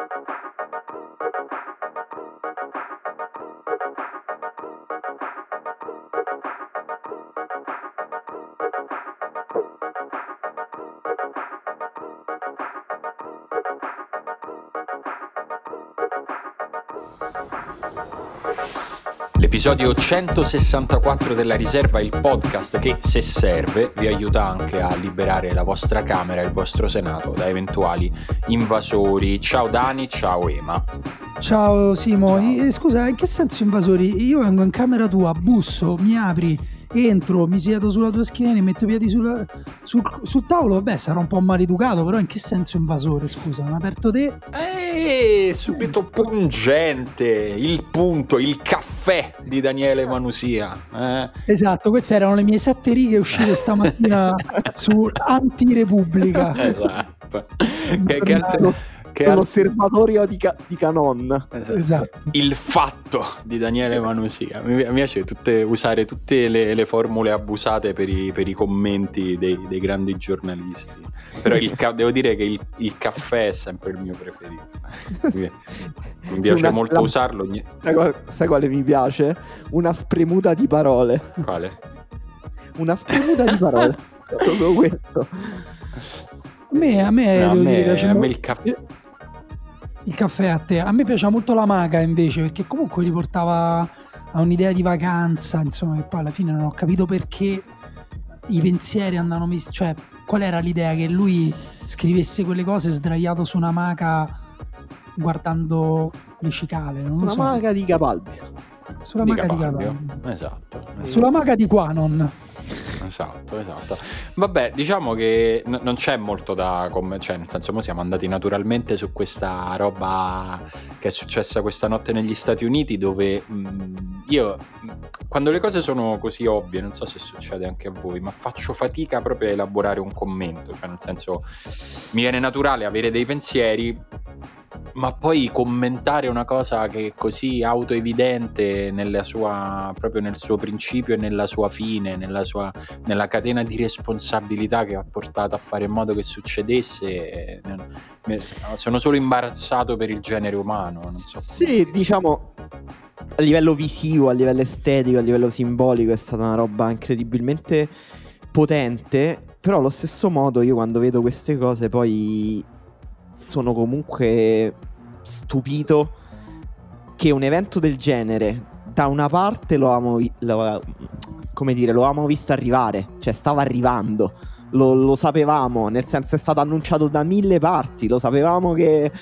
L'episodio 164 della Riserva è il podcast che, se serve, vi aiuta anche a liberare la vostra Camera e il vostro Senato da eventuali invasori. Ciao Dani, ciao Ema. Ciao Simo, scusa, in che senso invasori? Io vengo in camera tua, busso, mi apri, entro, mi siedo sulla tua schiena e metto i piedi sul tavolo. Vabbè, sarò un po' maleducato, però in che senso invasore, scusa? Mi hai aperto te? Subito pungente, il punto, il caffè di Daniele Manusia. Esatto, queste erano le mie 7 righe uscite stamattina su Antirepubblica. Esatto. Che l'osservatorio di Canon. Esatto. Il fatto di Daniele Manusia. Mi piace usare tutte le formule abusate per i commenti dei grandi giornalisti. Però devo dire che il caffè è sempre il mio preferito. Mi piace molto usarlo. Sai quale mi piace? Una spremuta di parole. Quale? Una spremuta di parole. Proprio questo. A me piace il caffè. Il caffè a te. A me piace molto la maga invece, perché comunque riportava a un'idea di vacanza, insomma, che poi alla fine non ho capito perché i pensieri andavano messi, cioè qual era l'idea che lui scrivesse quelle cose sdraiato su una maca guardando le cicale, non lo so. Una maca di Capalbio. Sulla maca di Capalbio. Esatto. Sulla maca di Quanon. Esatto. Vabbè, diciamo che non c'è molto da cioè, nel senso, mo siamo andati naturalmente su questa roba che è successa questa notte negli Stati Uniti, dove io, quando le cose sono così ovvie, non so se succede anche a voi, ma faccio fatica proprio a elaborare un commento, cioè nel senso, mi viene naturale avere dei pensieri, ma poi commentare una cosa che è così autoevidente proprio nel suo principio e nella sua fine, nella catena di responsabilità che ha portato a fare in modo che succedesse, sono solo imbarazzato per il genere umano, non so. Sì, diciamo a livello visivo, a livello estetico, a livello simbolico è stata una roba incredibilmente potente, però allo stesso modo io quando vedo queste cose poi sono comunque stupito che un evento del genere da una parte lo avevamo visto arrivare, cioè stava arrivando, lo sapevamo, nel senso è stato annunciato da 1000 parti, lo sapevamo che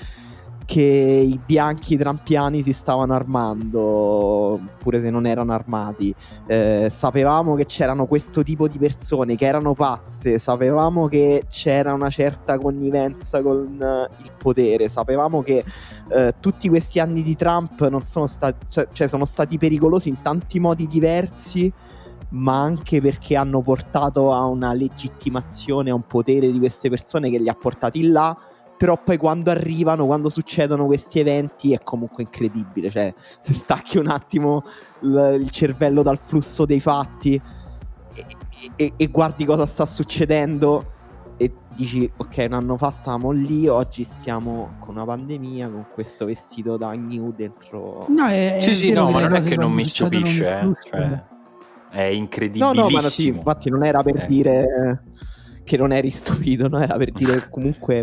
i bianchi trampiani si stavano armando, pure se non erano armati, sapevamo che c'erano questo tipo di persone che erano pazze, sapevamo che c'era una certa connivenza con il potere, sapevamo che tutti questi anni di Trump non sono stati, cioè sono stati pericolosi in tanti modi diversi, ma anche perché hanno portato a una legittimazione, a un potere di queste persone che li ha portati là. Però poi quando succedono questi eventi è comunque incredibile, cioè se stacchi un attimo il cervello dal flusso dei fatti e guardi cosa sta succedendo e dici ok, un anno fa stavamo lì, oggi stiamo con una pandemia, con questo vestito da New dentro. No, ma non è che non mi stupisce, cioè è incredibilissimo. No, ma sì, infatti non era per dire che non eri stupito, no, era per dire comunque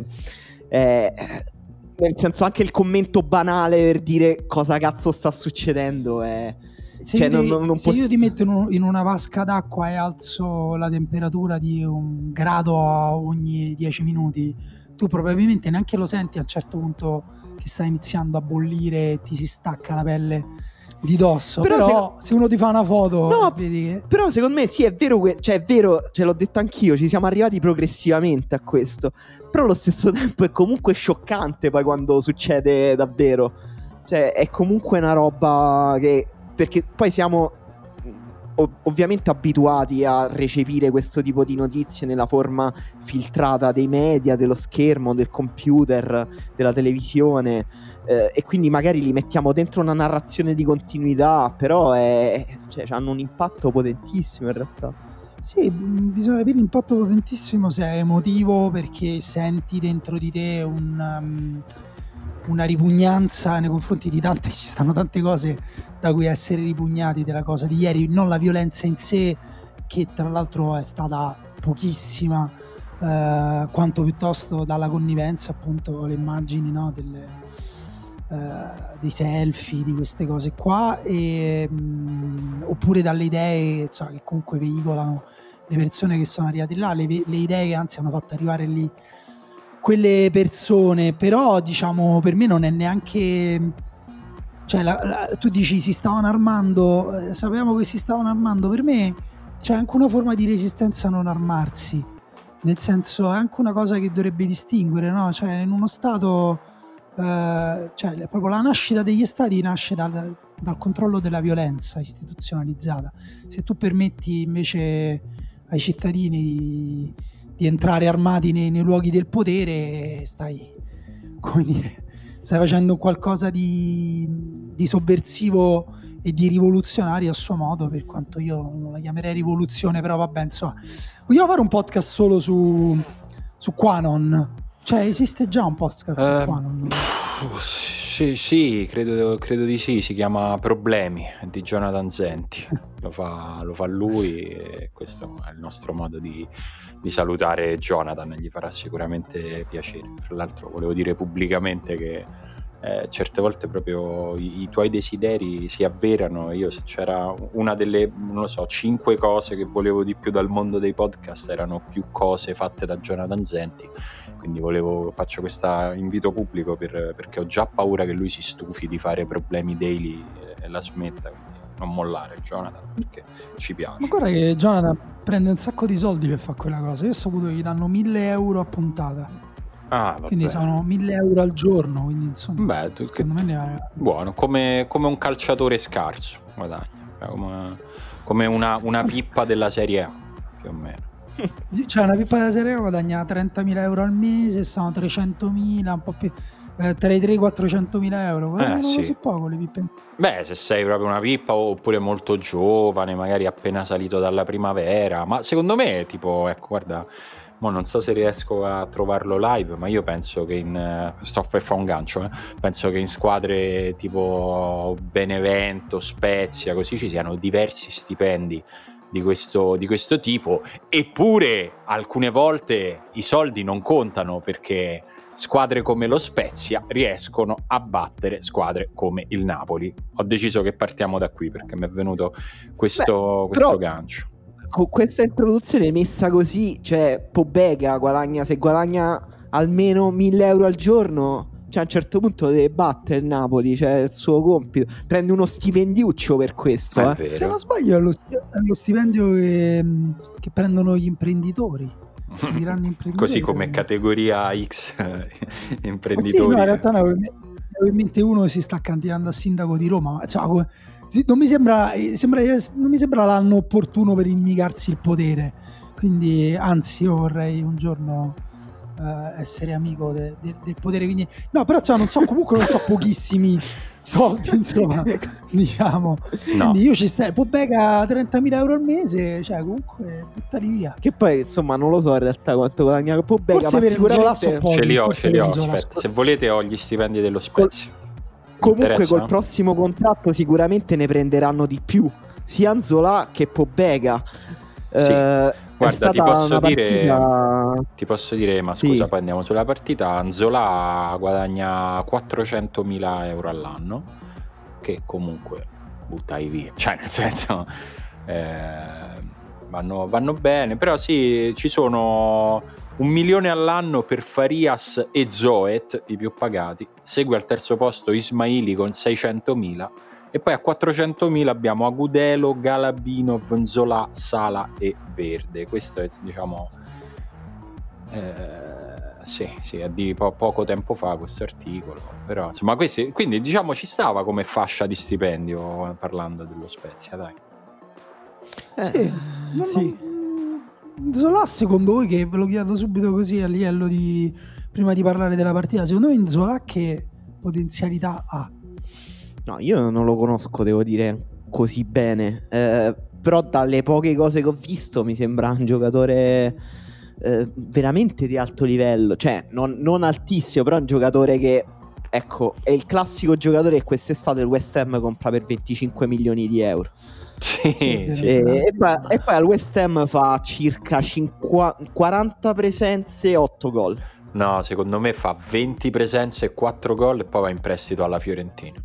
nel senso anche il commento banale per dire cosa cazzo sta succedendo se io ti metto in una vasca d'acqua e alzo la temperatura di 1 grado ogni 10 minuti, tu probabilmente neanche lo senti a un certo punto che sta iniziando a bollire e ti si stacca la pelle di dosso. Però se uno ti fa una foto vedi che... Però secondo me sì, è vero, cioè è vero, ce l'ho detto anch'io, ci siamo arrivati progressivamente a questo, però allo stesso tempo è comunque scioccante poi quando succede davvero, cioè è comunque una roba che, perché poi siamo ovviamente abituati a recepire questo tipo di notizie nella forma filtrata dei media, dello schermo, del computer, della televisione, e quindi magari li mettiamo dentro una narrazione di continuità, però hanno un impatto potentissimo in realtà. Sì, bisogna avere un impatto potentissimo se è emotivo, perché senti dentro di te una ripugnanza nei confronti di tante, ci stanno tante cose da cui essere ripugnati della cosa di ieri, non la violenza in sé, che tra l'altro è stata pochissima, quanto piuttosto dalla connivenza, appunto le immagini, no, dei selfie, di queste cose qua, oppure dalle idee, cioè, che comunque veicolano le persone che sono arrivate là, le idee che anzi hanno fatto arrivare lì quelle persone. Però diciamo, per me non è neanche, cioè tu dici si stavano armando, sapevamo che si stavano armando, per me c'è anche una forma di resistenza a non armarsi, nel senso è anche una cosa che dovrebbe distinguere, no? Cioè in uno stato, cioè proprio la nascita degli stati nasce dal controllo della violenza istituzionalizzata. Se tu permetti invece ai cittadini di entrare armati nei luoghi del potere, stai facendo qualcosa di sovversivo e di rivoluzionario a suo modo, per quanto io non la chiamerei rivoluzione, però vabbè, insomma. Vogliamo fare un podcast solo su Qanon? Cioè esiste già un podcast su Qanon? Sì, credo di sì, si chiama Problemi, di Jonathan Zenti. Lo fa lui, e questo è il nostro modo di salutare Jonathan, gli farà sicuramente piacere. Tra l'altro volevo dire pubblicamente che certe volte proprio i tuoi desideri si avverano. Io, se c'era una delle, non lo so, 5 cose che volevo di più dal mondo dei podcast, erano più cose fatte da Jonathan Zenti, quindi faccio questo invito pubblico perché ho già paura che lui si stufi di fare Problemi daily e la smetta, quindi non mollare Jonathan, perché ci piace. Ma guarda che Jonathan prende un sacco di soldi per fare quella cosa. Io ho saputo che gli danno 1.000 euro a puntata. Quindi sono 1.000 euro al giorno, quindi insomma, secondo me buono, come un calciatore scarso guadagna, come una pippa della Serie A, più o meno. Cioè una pippa della Serie A guadagna 30.000 euro al mese, sono 300.000, un po' più, tra i 3 e 400.000 euro. Sì. Così poco le pippe. Beh, se sei proprio una pippa, oppure molto giovane, magari appena salito dalla primavera, ma secondo me, tipo, ecco, guarda, mo non so se riesco a trovarlo live, ma io penso che sto per fare un gancio, penso che in squadre tipo Benevento, Spezia, così ci siano diversi stipendi di questo tipo, eppure alcune volte i soldi non contano, perché squadre come lo Spezia riescono a battere squadre come il Napoli. Ho deciso che partiamo da qui perché mi è venuto questo gancio. Con questa introduzione messa così, cioè Pobega se guadagna almeno 1.000 euro al giorno, cioè a un certo punto deve battere il Napoli, cioè è il suo compito, prende uno stipendiuccio per questo. Se non sbaglio è lo stipendio che prendono gli imprenditori, i grandi imprenditori. Così come categoria X imprenditori. Sì, no, in realtà ne avevo in mente uno che si sta candidando a sindaco di Roma, ma cioè, non mi sembra l'anno opportuno per inimicarsi il potere, quindi anzi io vorrei un giorno essere amico del potere, quindi no, però cioè, non so pochissimi soldi, insomma, diciamo, no. Quindi io ci stai, Pobega 30.000 euro al mese, cioè comunque buttali via, che poi insomma non lo so in realtà quanto guadagna Pobega, forse ma sicuramente ce li ho, aspetta, se volete ho gli stipendi dello Spezia. Comunque col prossimo contratto sicuramente ne prenderanno di più sia Nzola che Pobega. Sì. Guarda, ti posso dire, ma scusa, sì. Poi andiamo sulla partita. Nzola guadagna 400.000 euro all'anno, che comunque buttai via, cioè nel senso vanno bene, però sì, ci sono 1 milione all'anno per Farias e Zoet, i più pagati. Segue al terzo posto Ismaili con 600.000 e poi a 400.000 abbiamo Agudelo, Galabinov, Nzola, Sala e Verde. Questo è, diciamo, sì, è di poco tempo fa questo articolo, però insomma quindi diciamo ci stava come fascia di stipendio, parlando dello Spezia, dai. Sì. Nzola, secondo voi, che ve lo chiedo subito così a livello di, prima di parlare della partita, secondo voi Nzola che potenzialità ha? No, io non lo conosco, devo dire, così bene, però dalle poche cose che ho visto mi sembra un giocatore veramente di alto livello, cioè non altissimo, però un giocatore che ecco, è il classico giocatore che quest'estate il West Ham compra per 25 milioni di euro. Sì, E poi al West Ham fa circa 40 presenze e 8 gol. No, secondo me fa 20 presenze e 4 gol e poi va in prestito alla Fiorentina.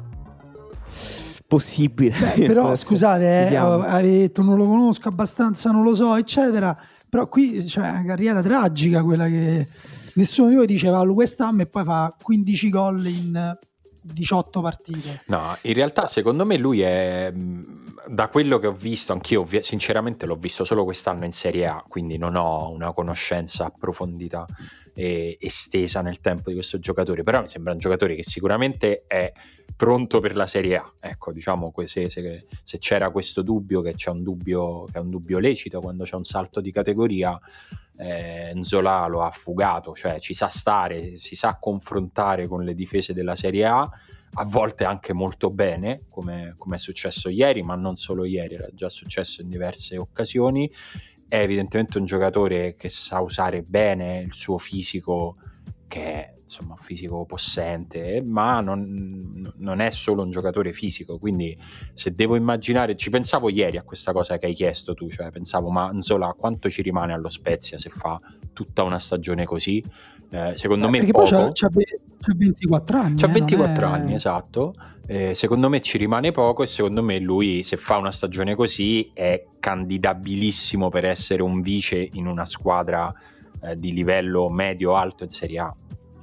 Possibile. Però scusate, avete detto non lo conosco abbastanza, non lo so, eccetera. Però qui c'è una carriera tragica, quella che nessuno di voi diceva al West Ham e poi fa 15 gol in 18 partite. No, in realtà secondo me lui è, da quello che ho visto, anch'io sinceramente l'ho visto solo quest'anno in Serie A, quindi non ho una conoscenza approfondita e estesa nel tempo di questo giocatore, però mi sembra un giocatore che sicuramente è pronto per la Serie A. Ecco, diciamo, se c'era questo dubbio, che è un dubbio lecito quando c'è un salto di categoria, Nzola lo ha fugato, cioè ci sa stare, si sa confrontare con le difese della Serie A, a volte anche molto bene, come è successo ieri, ma non solo ieri, era già successo in diverse occasioni. È evidentemente un giocatore che sa usare bene il suo fisico, che è insomma un fisico possente, ma non è solo un giocatore fisico, quindi se devo immaginare, ci pensavo ieri a questa cosa che hai chiesto tu, cioè pensavo, ma Nzola quanto ci rimane allo Spezia se fa tutta una stagione così? Secondo me perché poco. Poi c'ha 24 anni. C'ha 24 anni, esatto. Secondo me ci rimane poco e secondo me lui, se fa una stagione così, è candidabilissimo per essere un vice in una squadra di livello medio-alto in Serie A.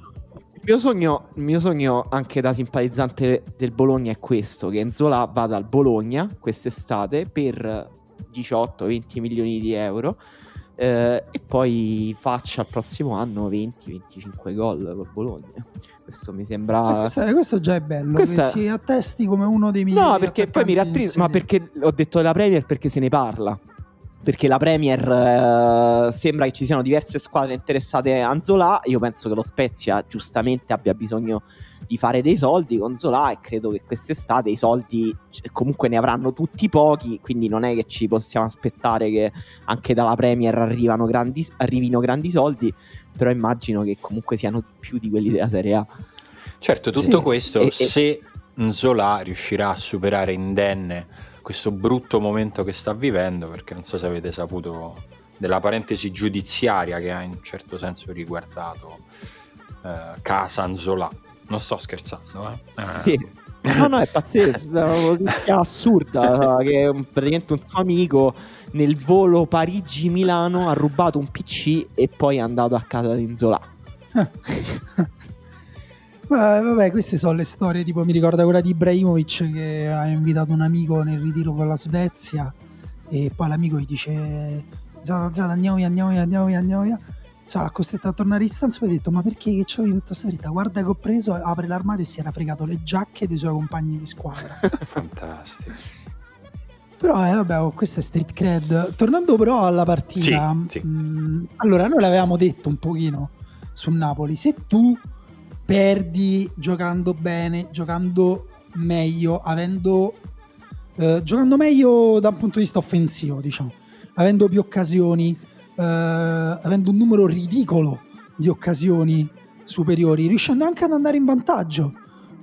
Il mio sogno anche da simpatizzante del Bologna è questo, che Nzola vada al Bologna quest'estate per 18-20 milioni di euro e poi faccia il prossimo anno 20-25 gol col Bologna. Questo mi sembra... Questo già è bello, che si attesti come uno dei migliori. No, perché poi mi rattrizza, ma perché ho detto della Premier, perché se ne parla. Perché la Premier sembra che ci siano diverse squadre interessate a Nzola. Io penso che lo Spezia giustamente abbia bisogno di fare dei soldi con Nzola e credo che quest'estate i soldi comunque ne avranno tutti pochi, quindi non è che ci possiamo aspettare che anche dalla Premier arrivino grandi soldi, però immagino che comunque siano più di quelli della Serie A. Certo, tutto questo se Nzola riuscirà a superare indenne questo brutto momento che sta vivendo, perché non so se avete saputo della parentesi giudiziaria che ha in un certo senso riguardato casa Nzola. Non sto scherzando, Sì. No, è pazzesco, è una notizia assurda, che praticamente un suo amico nel volo Parigi-Milano ha rubato un PC e poi è andato a casa di Nzola. Vabbè, queste sono le storie, tipo mi ricorda quella di Ibrahimovic che ha invitato un amico nel ritiro con la Svezia e poi l'amico gli dice Zata, andiamo via. L'ha costretto a tornare in stanza e poi ha detto ma perché che c'avevi tutta questa verità? Guarda che ho preso, apre l'armadio e si era fregato le giacche dei suoi compagni di squadra. Fantastico. Però vabbè, questa è street cred. Tornando però alla partita, sì. Allora noi l'avevamo detto un pochino sul Napoli, se tu perdi giocando bene, giocando meglio, giocando meglio da un punto di vista offensivo, diciamo, avendo più occasioni, avendo un numero ridicolo di occasioni superiori, riuscendo anche ad andare in vantaggio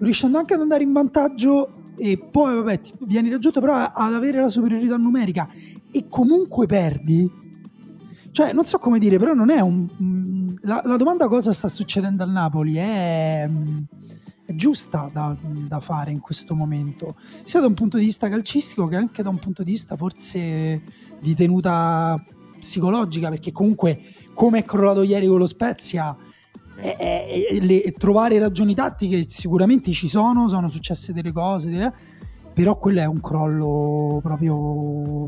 e poi vabbè vieni raggiunto però ad avere la superiorità numerica e comunque perdi. Cioè, non so come dire, però non è la domanda cosa sta succedendo al Napoli è giusta da fare in questo momento, sia da un punto di vista calcistico che anche da un punto di vista forse di tenuta psicologica, perché comunque come è crollato ieri con lo Spezia, trovare ragioni tattiche sicuramente ci sono successe delle cose, però quello è un crollo proprio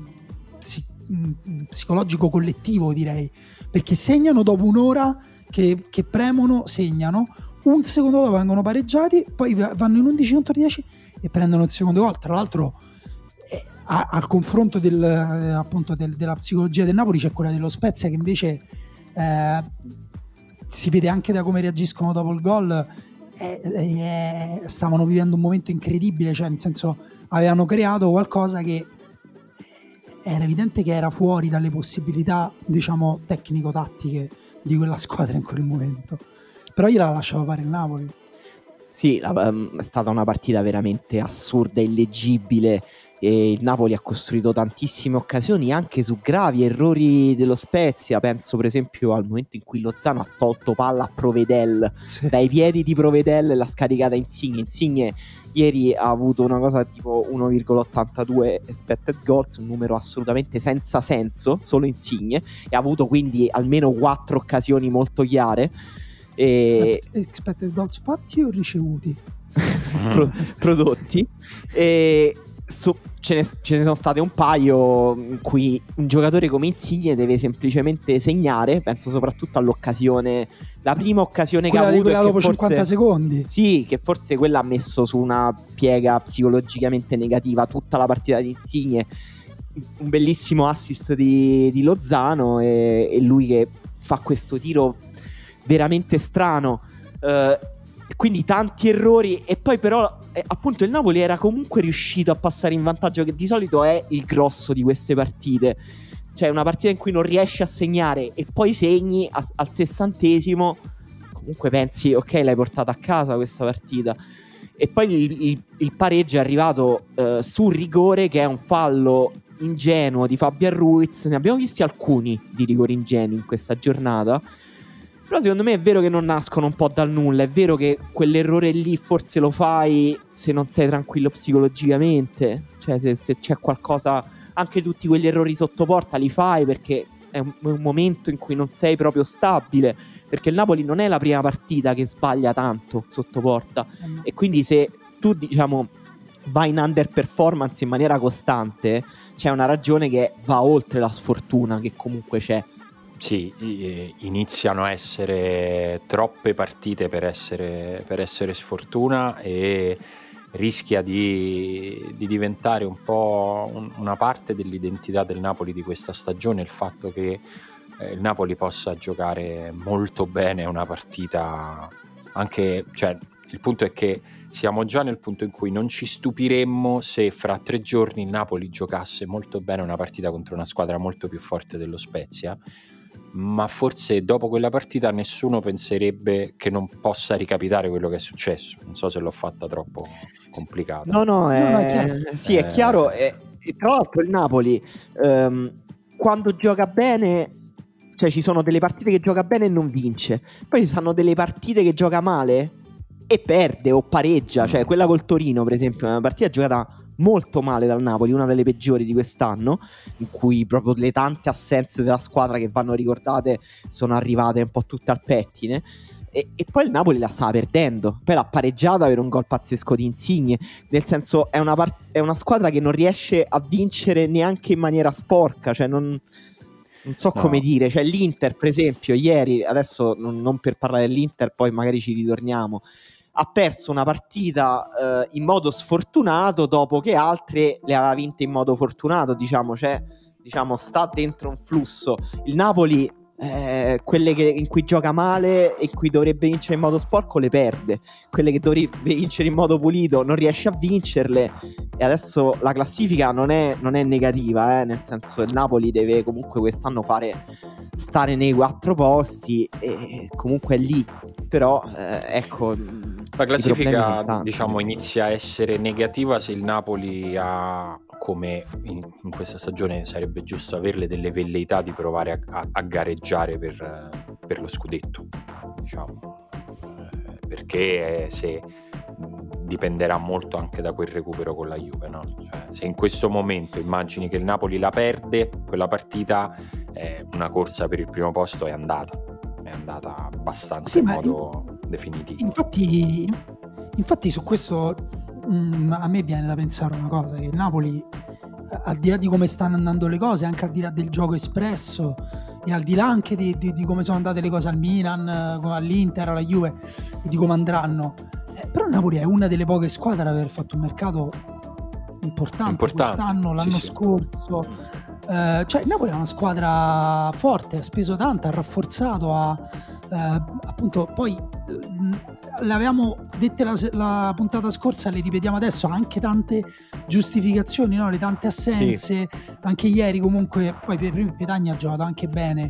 psicologico collettivo, direi, perché segnano dopo un'ora che premono, segnano, un secondo dopo vengono pareggiati, poi vanno in 11 contro 10 e prendono il secondo gol. Tra l'altro al confronto della psicologia del Napoli c'è quella dello Spezia che invece si vede anche da come reagiscono dopo il gol, stavano vivendo un momento incredibile, cioè nel senso avevano creato qualcosa che era evidente che era fuori dalle possibilità, diciamo, tecnico-tattiche di quella squadra in quel momento, però gliela lasciava fare il Napoli. Sì, è stata una partita veramente assurda, illeggibile. E il Napoli ha costruito tantissime occasioni anche su gravi errori dello Spezia. Penso per esempio al momento in cui Lozano ha tolto palla a Provedel dai piedi di Provedel e l'ha scaricata Insigne. Insigne ieri ha avuto una cosa tipo 1,82 expected goals, un numero assolutamente senza senso, solo Insigne, e ha avuto quindi almeno 4 occasioni molto chiare. Expected goals fatti o ricevuti? Prodotti. E ce ne sono state un paio in cui un giocatore come Insigne deve semplicemente segnare. Penso soprattutto all'occasione, la prima occasione quella che ha avuto, dopo forse, 50 secondi. Sì, che forse quella ha messo su una piega psicologicamente negativa tutta la partita di Insigne. Un bellissimo assist di Lozano e lui che fa questo tiro veramente strano. Quindi tanti errori, e poi però appunto il Napoli era comunque riuscito a passare in vantaggio, che di solito è il grosso di queste partite. Cioè una partita in cui non riesci a segnare e poi segni al 60°, comunque pensi ok, l'hai portata a casa questa partita. E poi il pareggio è arrivato su rigore, che è un fallo ingenuo di Fabian Ruiz. Ne abbiamo visti alcuni di rigori ingenui in questa giornata. Però secondo me è vero che non nascono un po' dal nulla. È vero che quell'errore lì forse lo fai se non sei tranquillo psicologicamente. Cioè se c'è qualcosa, anche tutti quegli errori sotto porta li fai perché è un momento in cui non sei proprio stabile. Perché il Napoli non è la prima partita che sbaglia tanto sotto porta. E quindi se tu diciamo vai in underperformance in maniera costante, c'è una ragione che va oltre la sfortuna che comunque c'è. Sì, iniziano a essere troppe partite per essere sfortuna, e rischia di diventare un po' una parte dell'identità del Napoli di questa stagione il fatto che il Napoli possa giocare molto bene una partita, anche, cioè il punto è che siamo già nel punto in cui non ci stupiremmo se fra 3 giorni il Napoli giocasse molto bene una partita contro una squadra molto più forte dello Spezia, ma forse dopo quella partita nessuno penserebbe che non possa ricapitare quello che è successo. Non so se l'ho fatta troppo complicata. No, è chiaro. Sì, è chiaro. E tra l'altro il Napoli quando gioca bene, cioè ci sono delle partite che gioca bene e non vince, poi ci sono delle partite che gioca male e perde o pareggia. Cioè quella col Torino per esempio è una partita giocata molto male dal Napoli, una delle peggiori di quest'anno, in cui proprio le tante assenze della squadra che vanno ricordate sono arrivate un po' tutte al pettine. E poi il Napoli la stava perdendo, poi l'ha pareggiata per un gol pazzesco di Insigne. Nel senso è una squadra che non riesce a vincere neanche in maniera sporca. Cioè non so come dire. Cioè l'Inter per esempio ieri, adesso non per parlare dell'Inter, poi magari ci ritorniamo, ha perso una partita in modo sfortunato dopo che altre le aveva vinte in modo fortunato, diciamo. Cioè, sta dentro un flusso. Il Napoli quelle in cui gioca male e in cui dovrebbe vincere in modo sporco le perde, quelle che dovrebbe vincere in modo pulito non riesce a vincerle. E adesso la classifica non è negativa, nel senso il Napoli deve comunque quest'anno stare nei 4 posti e comunque è lì. Però ecco, la classifica diciamo inizia a essere negativa se il Napoli ha, come in questa stagione sarebbe giusto averle, delle velleità di provare a gareggiare per lo scudetto, diciamo, perché se dipenderà molto anche da quel recupero con la Juve, no? Cioè, se in questo momento immagini che il Napoli la perde quella partita, una corsa per il primo posto è andata abbastanza in modo definitivo. Infatti su questo a me viene da pensare una cosa, che il Napoli, al di là di come stanno andando le cose, anche al di là del gioco espresso e al di là anche di come sono andate le cose al Milan, all'Inter, alla Juve, e di come andranno, però il Napoli è una delle poche squadre ad aver fatto un mercato importante quest'anno, l'anno scorso. Cioè il Napoli è una squadra forte, ha speso tanto, ha rafforzato, appunto, poi le avevamo dette la puntata scorsa, le ripetiamo adesso, anche tante giustificazioni, no? Le tante assenze, anche ieri comunque, poi Petagna ha giocato anche bene,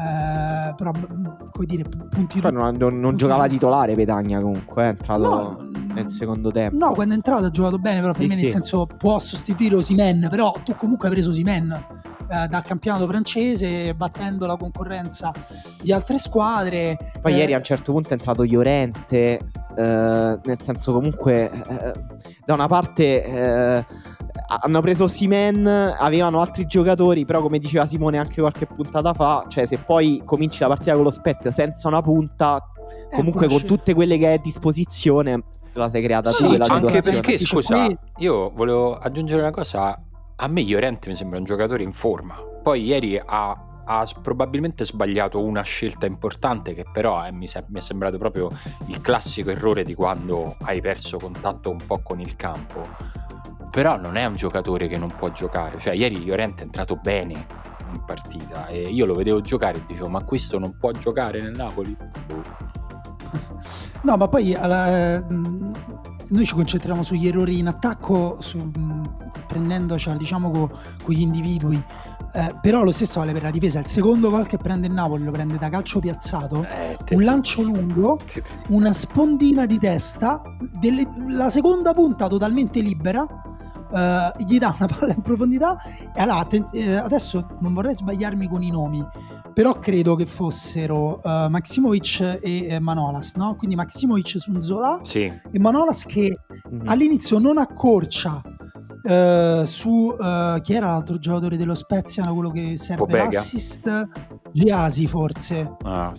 però come dire, punti poi non giocava titolare Petagna, comunque è entrato nel secondo tempo. No, quando è entrato ha giocato bene, però per me nel senso può sostituire Osimhen, però tu comunque hai preso Osimhen dal campionato francese, battendo la concorrenza di altre squadre. Poi ieri a un certo punto è entrato Llorente, nel senso comunque da una parte hanno preso Osimhen, avevano altri giocatori, però come diceva Simone anche qualche puntata fa, cioè se poi cominci la partita con lo Spezia senza una punta, comunque con tutte quelle che hai a disposizione te la sei creata tu quella anche situazione. perché scusa, io volevo aggiungere una cosa. A me Llorente mi sembra un giocatore in forma. Poi ieri ha probabilmente sbagliato una scelta importante, che però mi è sembrato proprio il classico errore di quando hai perso contatto un po' con il campo. Però non è un giocatore che non può giocare. Cioè ieri Llorente è entrato bene in partita e io lo vedevo giocare e dicevo: ma questo non può giocare nel Napoli? No, ma poi noi ci concentriamo sugli errori in attacco, prendendoci diciamo con gli individui, però lo stesso vale per la difesa. Il secondo gol che prende il Napoli lo prende da calcio piazzato, un lancio lungo, una spondina di testa, la seconda punta totalmente libera, gli dà una palla in profondità e allora, adesso non vorrei sbagliarmi con i nomi, però credo che fossero Maksimovic e Manolas, no? Quindi Maksimovic su Nzola e Manolas che all'inizio non accorcia su chi era l'altro giocatore dello Spezia, quello che serve Pobega. L'assist, Giasi forse.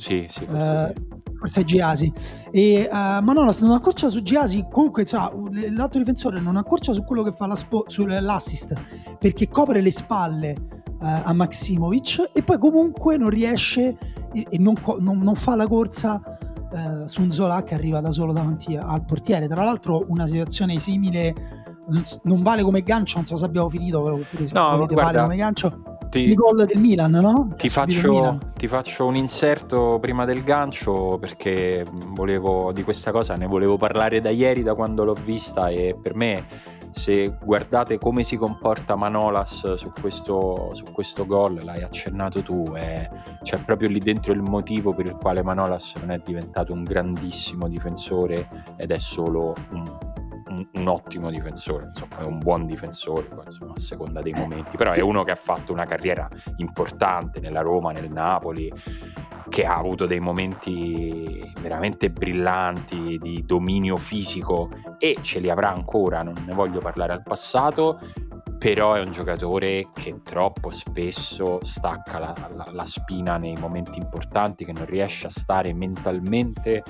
Forse è Giasi e Manolas non accorcia su Giasi, comunque l'altro difensore non accorcia su quello che fa sull'assist, perché copre le spalle a Maksimovic e poi comunque non riesce e non fa la corsa su un Zola che arriva da solo davanti al portiere. Tra l'altro una situazione simile non vale come gancio, non so se abbiamo finito, oppure se volete vale come gancio. Il gol del Milan, no? Ti faccio un inserto prima del gancio, perché di questa cosa ne volevo parlare da ieri, da quando l'ho vista, e per me, se guardate come si comporta Manolas su questo gol, l'hai accennato tu, c'è proprio lì dentro il motivo per il quale Manolas non è diventato un grandissimo difensore ed è solo un ottimo difensore, insomma è un buon difensore, insomma, a seconda dei momenti, però è uno che ha fatto una carriera importante nella Roma, nel Napoli, che ha avuto dei momenti veramente brillanti di dominio fisico e ce li avrà ancora, non ne voglio parlare al passato, però è un giocatore che troppo spesso stacca la spina nei momenti importanti, che non riesce a stare mentalmente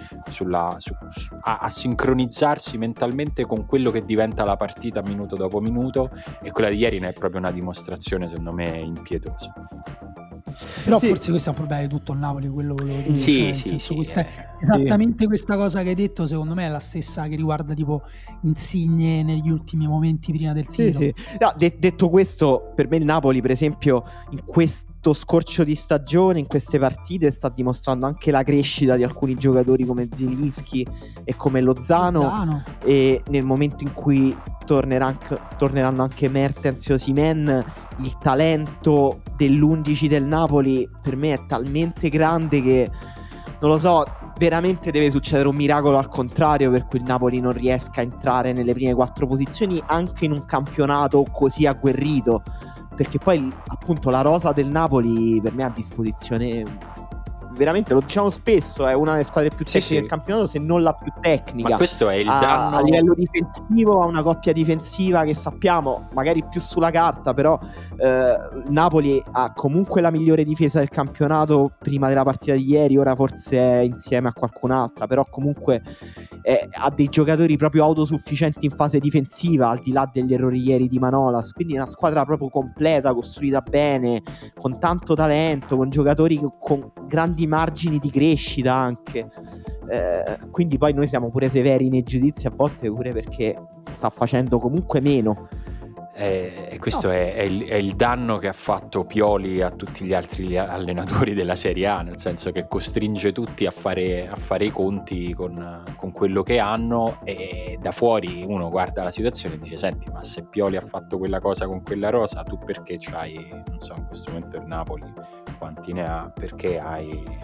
a sincronizzarsi mentalmente con quello che diventa la partita minuto dopo minuto, e quella di ieri ne è proprio una dimostrazione, secondo me, impietosa. Però forse questo è un problema di tutto il Napoli, quello volevo dire. Esattamente questa cosa che hai detto, secondo me è la stessa che riguarda tipo Insigne negli ultimi momenti prima del tiro. No, detto questo, per me il Napoli, per esempio, in questo scorcio di stagione, in queste partite, sta dimostrando anche la crescita di alcuni giocatori come Zielinski e come Lozano. E nel momento in cui torneranno anche Mertens e Osimhen, il talento dell'11 del Napoli per me è talmente grande che non lo so, veramente deve succedere un miracolo al contrario per cui il Napoli non riesca a entrare nelle prime 4 posizioni anche in un campionato così agguerrito, perché poi appunto la rosa del Napoli per me è a disposizione, veramente lo diciamo spesso, è una delle squadre più tecniche del campionato, se non la più tecnica. Ma questo è il danno a livello difensivo, ha una coppia difensiva che sappiamo magari più sulla carta, però Napoli ha comunque la migliore difesa del campionato prima della partita di ieri, ora forse è insieme a qualcun'altra, però comunque ha dei giocatori proprio autosufficienti in fase difensiva, al di là degli errori ieri di Manolas, quindi è una squadra proprio completa, costruita bene, con tanto talento, con giocatori con grandi margini di crescita anche, quindi poi noi siamo pure severi nei giudizi a volte, pure perché sta facendo comunque meno. E questo è il danno che ha fatto Pioli a tutti gli altri allenatori della Serie A, nel senso che costringe tutti a fare i conti con quello che hanno, e da fuori uno guarda la situazione e dice: senti, ma se Pioli ha fatto quella cosa con quella rosa, tu perché c'hai, non so, in questo momento il Napoli quanti ne ha, perché hai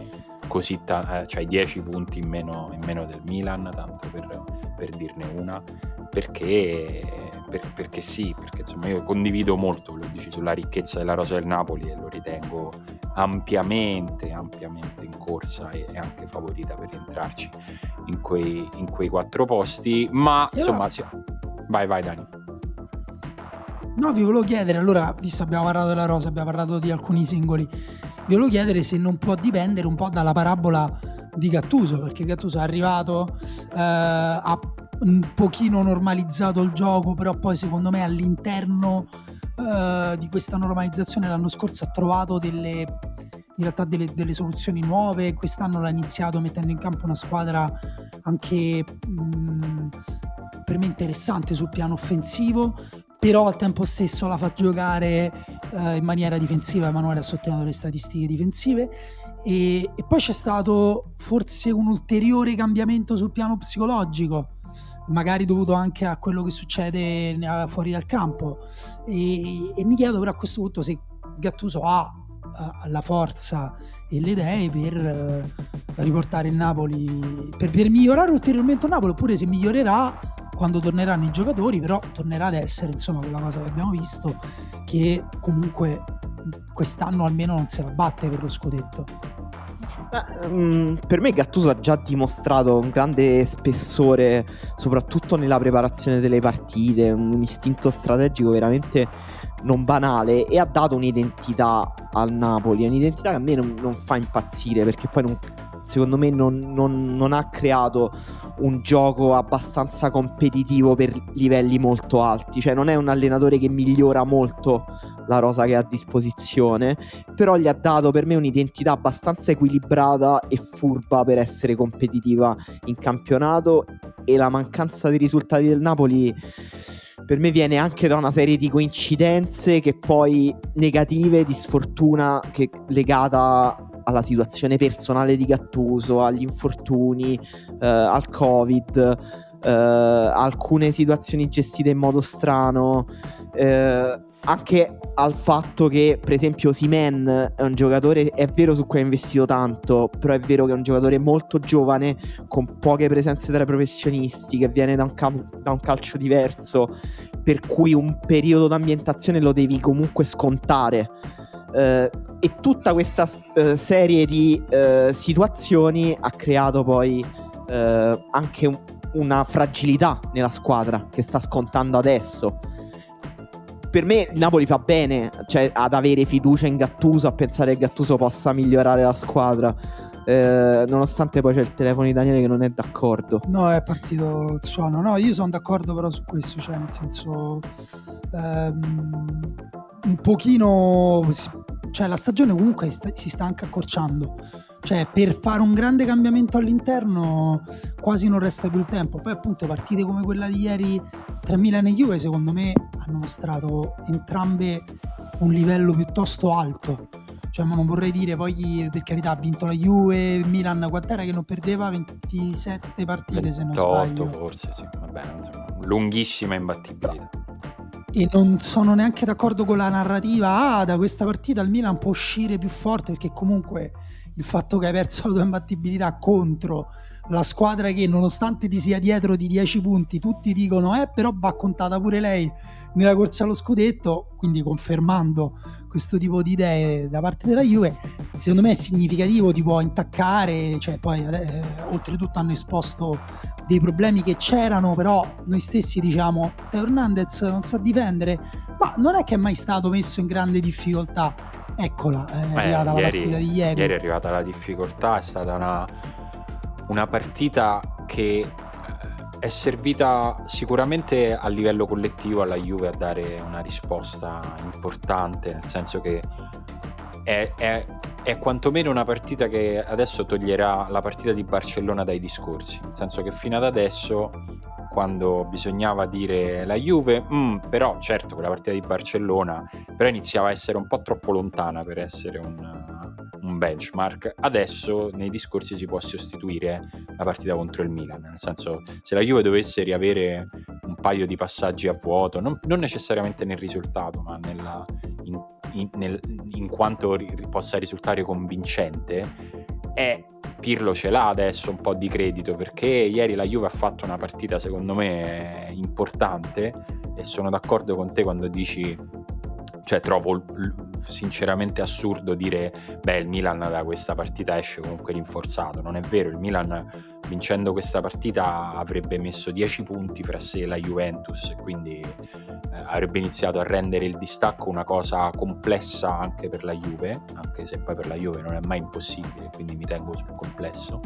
cioè 10 punti in meno del Milan, tanto per dirne una, perché sì, perché insomma io condivido molto quello che dici sulla ricchezza della rosa del Napoli e lo ritengo ampiamente in corsa e anche favorita per entrarci in quei 4 posti, ma insomma sì. Vai Dani. No, vi volevo chiedere, allora, visto abbiamo parlato della rosa, abbiamo parlato di alcuni singoli, vi volevo chiedere se non può dipendere un po' dalla parabola di Gattuso, perché Gattuso è arrivato, ha un pochino normalizzato il gioco, però poi secondo me all'interno di questa normalizzazione l'anno scorso ha trovato in realtà delle soluzioni nuove. Quest'anno l'ha iniziato mettendo in campo una squadra anche per me interessante sul piano offensivo, però al tempo stesso la fa giocare in maniera difensiva. Emanuele ha sottolineato le statistiche difensive e poi c'è stato forse un ulteriore cambiamento sul piano psicologico, magari dovuto anche a quello che succede fuori dal campo, e mi chiedo però a questo punto se Gattuso ha la forza e le idee per riportare il Napoli, per migliorare ulteriormente il Napoli, oppure se migliorerà quando torneranno i giocatori, però tornerà ad essere insomma quella cosa che abbiamo visto, che comunque quest'anno almeno non se la batte per lo scudetto. Per me Gattuso ha già dimostrato un grande spessore, soprattutto nella preparazione delle partite, un istinto strategico veramente non banale, e ha dato un'identità al Napoli, un'identità che a me non fa impazzire, perché poi secondo me non ha creato un gioco abbastanza competitivo per livelli molto alti, cioè non è un allenatore che migliora molto la rosa che ha a disposizione, però gli ha dato per me un'identità abbastanza equilibrata e furba per essere competitiva in campionato, e la mancanza di risultati del Napoli per me viene anche da una serie di coincidenze che poi negative, di sfortuna, che legata alla situazione personale di Gattuso, agli infortuni, al Covid, alcune situazioni gestite in modo strano, anche al fatto che per esempio Osimhen è un giocatore, è vero su cui ha investito tanto, però è vero che è un giocatore molto giovane, con poche presenze tra i professionisti, che viene da un calcio diverso, per cui un periodo d'ambientazione lo devi comunque scontare, e tutta questa serie di situazioni ha creato poi anche una fragilità nella squadra che sta scontando adesso. Per me il Napoli fa bene, cioè, ad avere fiducia in Gattuso, a pensare che Gattuso possa migliorare la squadra, nonostante poi c'è il telefono di Daniele che non è d'accordo. No, è partito il suono. No, io sono d'accordo però su questo, cioè nel senso un pochino, cioè la stagione comunque si sta anche accorciando, cioè per fare un grande cambiamento all'interno quasi non resta più il tempo. Poi appunto partite come quella di ieri tra Milan e Juve secondo me hanno mostrato entrambe un livello piuttosto alto, cioè ma non vorrei dire, poi per carità ha vinto la Juve, Milan quant'era che non perdeva? 27 partite 28, se non sbaglio forse sì, vabbè, insomma, lunghissima imbattibilità. E non sono neanche d'accordo con la narrativa da questa partita il Milan può uscire più forte, perché comunque il fatto che hai perso la tua imbattibilità contro la squadra che nonostante ti sia dietro di 10 punti tutti dicono però va contata pure lei nella corsa allo scudetto, quindi confermando questo tipo di idee da parte della Juve, secondo me è significativo, ti può intaccare, cioè poi oltretutto hanno esposto dei problemi che c'erano, però noi stessi diciamo Teo Hernandez non sa difendere, ma non è che è mai stato messo in grande difficoltà. Eccola, è arrivata la partita di ieri. Ieri è arrivata la difficoltà, è stata una partita che è servita sicuramente a livello collettivo alla Juve a dare una risposta importante, nel senso che è quantomeno una partita che adesso toglierà la partita di Barcellona dai discorsi, nel senso che fino ad adesso, quando bisognava dire la Juve, però certo quella partita di Barcellona però iniziava a essere un po' troppo lontana per essere un benchmark. Adesso nei discorsi si può sostituire la partita contro il Milan, nel senso, se la Juve dovesse riavere un paio di passaggi a vuoto, non necessariamente nel risultato, ma in quanto possa risultare convincente, è Pirlo ce l'ha adesso un po' di credito, perché ieri la Juve ha fatto una partita secondo me importante, e sono d'accordo con te quando dici, cioè trovo sinceramente assurdo dire il Milan da questa partita esce comunque rinforzato. Non è vero, il Milan vincendo questa partita avrebbe messo 10 punti fra sé e la Juventus, quindi avrebbe iniziato a rendere il distacco una cosa complessa anche per la Juve, anche se poi per la Juve non è mai impossibile, quindi mi tengo sul complesso.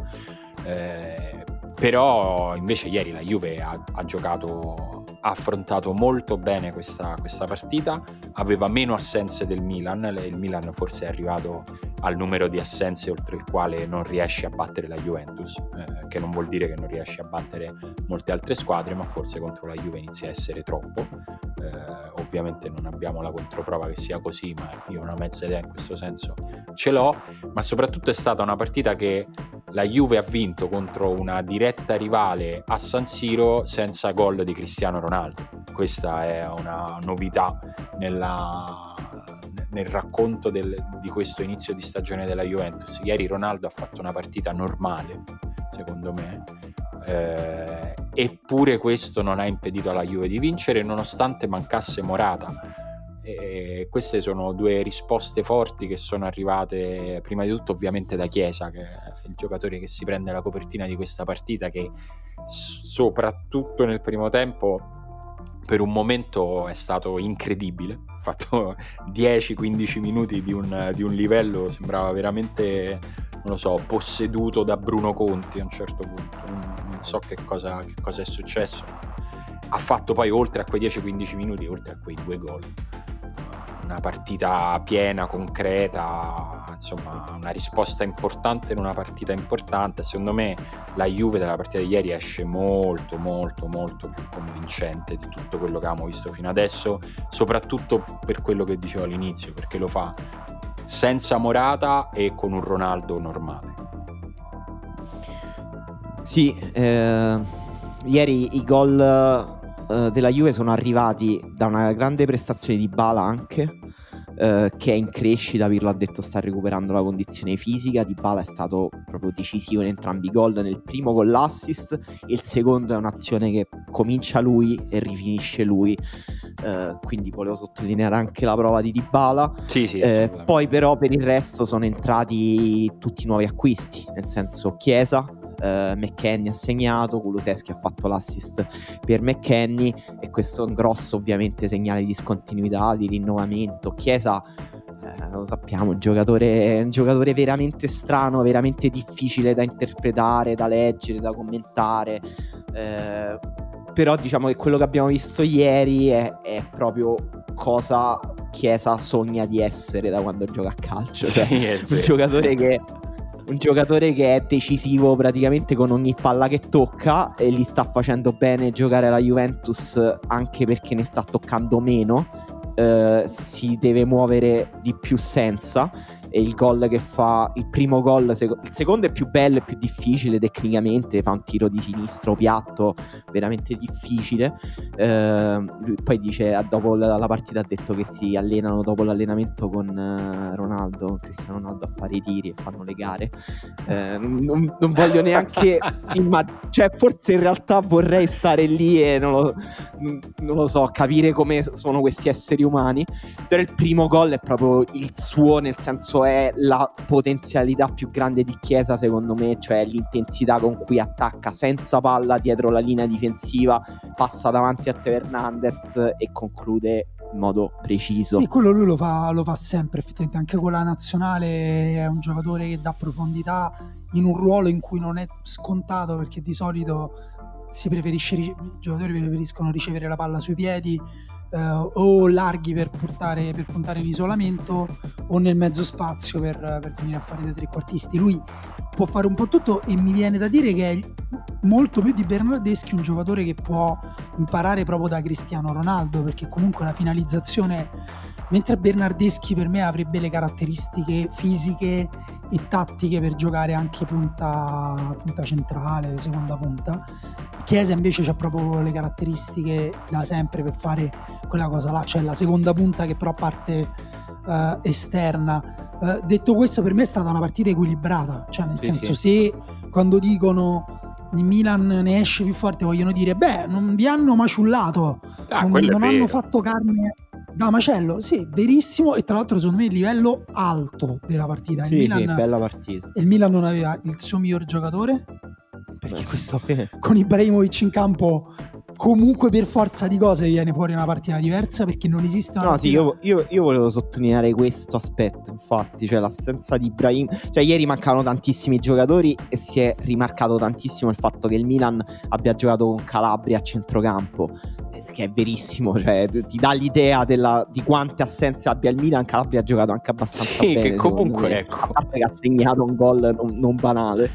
Però invece ieri la Juve ha affrontato molto bene questa partita, aveva meno assenze del Milan, il Milan forse è arrivato al numero di assenze oltre il quale non riesce a battere la Juventus, che non vuol dire che non riesce a battere molte altre squadre, ma forse contro la Juve inizia a essere troppo. Ovviamente non abbiamo la controprova che sia così, ma io una mezza idea in questo senso ce l'ho. Ma soprattutto è stata una partita che la Juve ha vinto contro una diretta rivale a San Siro senza gol di Cristiano Ronaldo. Questa è una novità nel racconto di questo inizio di stagione della Juventus. Ieri Ronaldo ha fatto una partita normale, secondo me, eppure questo non ha impedito alla Juve di vincere, nonostante mancasse Morata. E queste sono due risposte forti che sono arrivate prima di tutto ovviamente da Chiesa, che è il giocatore che si prende la copertina di questa partita, che soprattutto nel primo tempo per un momento è stato incredibile. Ha fatto 10-15 minuti di un livello, sembrava veramente, non lo so, posseduto da Bruno Conti a un certo punto. Non so che cosa è successo. Ha fatto poi, oltre a quei 10-15 minuti, oltre a quei 2 gol, una partita piena, concreta, insomma una risposta importante in una partita importante. Secondo me la Juve dalla partita di ieri esce molto molto molto più convincente di tutto quello che abbiamo visto fino adesso, soprattutto per quello che dicevo all'inizio, perché lo fa senza Morata e con un Ronaldo normale. Sì, ieri i gol della Juve sono arrivati da una grande prestazione di Dybala anche, che è in crescita. Pirlo ha detto sta recuperando la condizione fisica. Dybala è stato proprio decisivo in entrambi i gol, nel primo con l'assist, e il secondo è un'azione che comincia lui e rifinisce lui, quindi volevo sottolineare anche la prova di Dybala. Sì, poi però per il resto sono entrati tutti nuovi acquisti, nel senso Chiesa, McKennie ha segnato, Kulusevski ha fatto l'assist per McKennie, e questo è un grosso ovviamente segnale di discontinuità, di rinnovamento. Chiesa, lo sappiamo, è un giocatore veramente strano, veramente difficile da interpretare, da leggere, da commentare, però diciamo che quello che abbiamo visto ieri è proprio cosa Chiesa sogna di essere da quando gioca a calcio, cioè un giocatore che è decisivo praticamente con ogni palla che tocca, e li sta facendo bene giocare alla Juventus anche perché ne sta toccando meno, si deve muovere di più senza, e il gol che fa, il primo gol, il secondo è più bello e più difficile tecnicamente, fa un tiro di sinistro piatto veramente difficile. Lui poi dice, dopo la partita ha detto che si allenano dopo l'allenamento con Cristiano Ronaldo a fare i tiri e fanno le gare. Non voglio neanche cioè forse in realtà vorrei stare lì e non lo so, capire come sono questi esseri umani. Però il primo gol è proprio il suo, nel senso è la potenzialità più grande di Chiesa secondo me, cioè l'intensità con cui attacca senza palla dietro la linea difensiva, passa davanti a Teo Hernandez e conclude in modo preciso. Sì, quello lui lo fa sempre, effettivamente anche con la nazionale è un giocatore che dà profondità in un ruolo in cui non è scontato, perché di solito i giocatori preferiscono ricevere la palla sui piedi, o larghi per puntare in isolamento, o nel mezzo spazio per venire a fare dei trequartisti. Lui può fare un po' tutto, e mi viene da dire che è molto più di Bernardeschi un giocatore che può imparare proprio da Cristiano Ronaldo, perché comunque la finalizzazione, mentre Bernardeschi per me avrebbe le caratteristiche fisiche e tattiche per giocare anche punta centrale, seconda punta, Chiesa invece c'ha proprio le caratteristiche da sempre per fare quella cosa là, cioè la seconda punta che però parte esterna. Detto questo, per me è stata una partita equilibrata, cioè nel senso, se quando dicono il Milan ne esce più forte vogliono dire non vi hanno maciullato, non hanno fatto carne da macello, sì, verissimo. E tra l'altro secondo me il livello alto della partita, il Milan, bella partita. Il Milan non aveva il suo miglior giocatore, perché questo con Ibrahimovic in campo comunque per forza di cose viene fuori una partita diversa, perché non esiste una partita... io volevo sottolineare questo aspetto, infatti, cioè l'assenza di Ibrahim, cioè ieri mancavano tantissimi giocatori e si è rimarcato tantissimo il fatto che il Milan abbia giocato con Calabria a centrocampo, che è verissimo, cioè ti dà l'idea di quante assenze abbia il Milan. Calabria ha giocato anche abbastanza bene, che comunque ecco, a parte che ha segnato un gol non banale,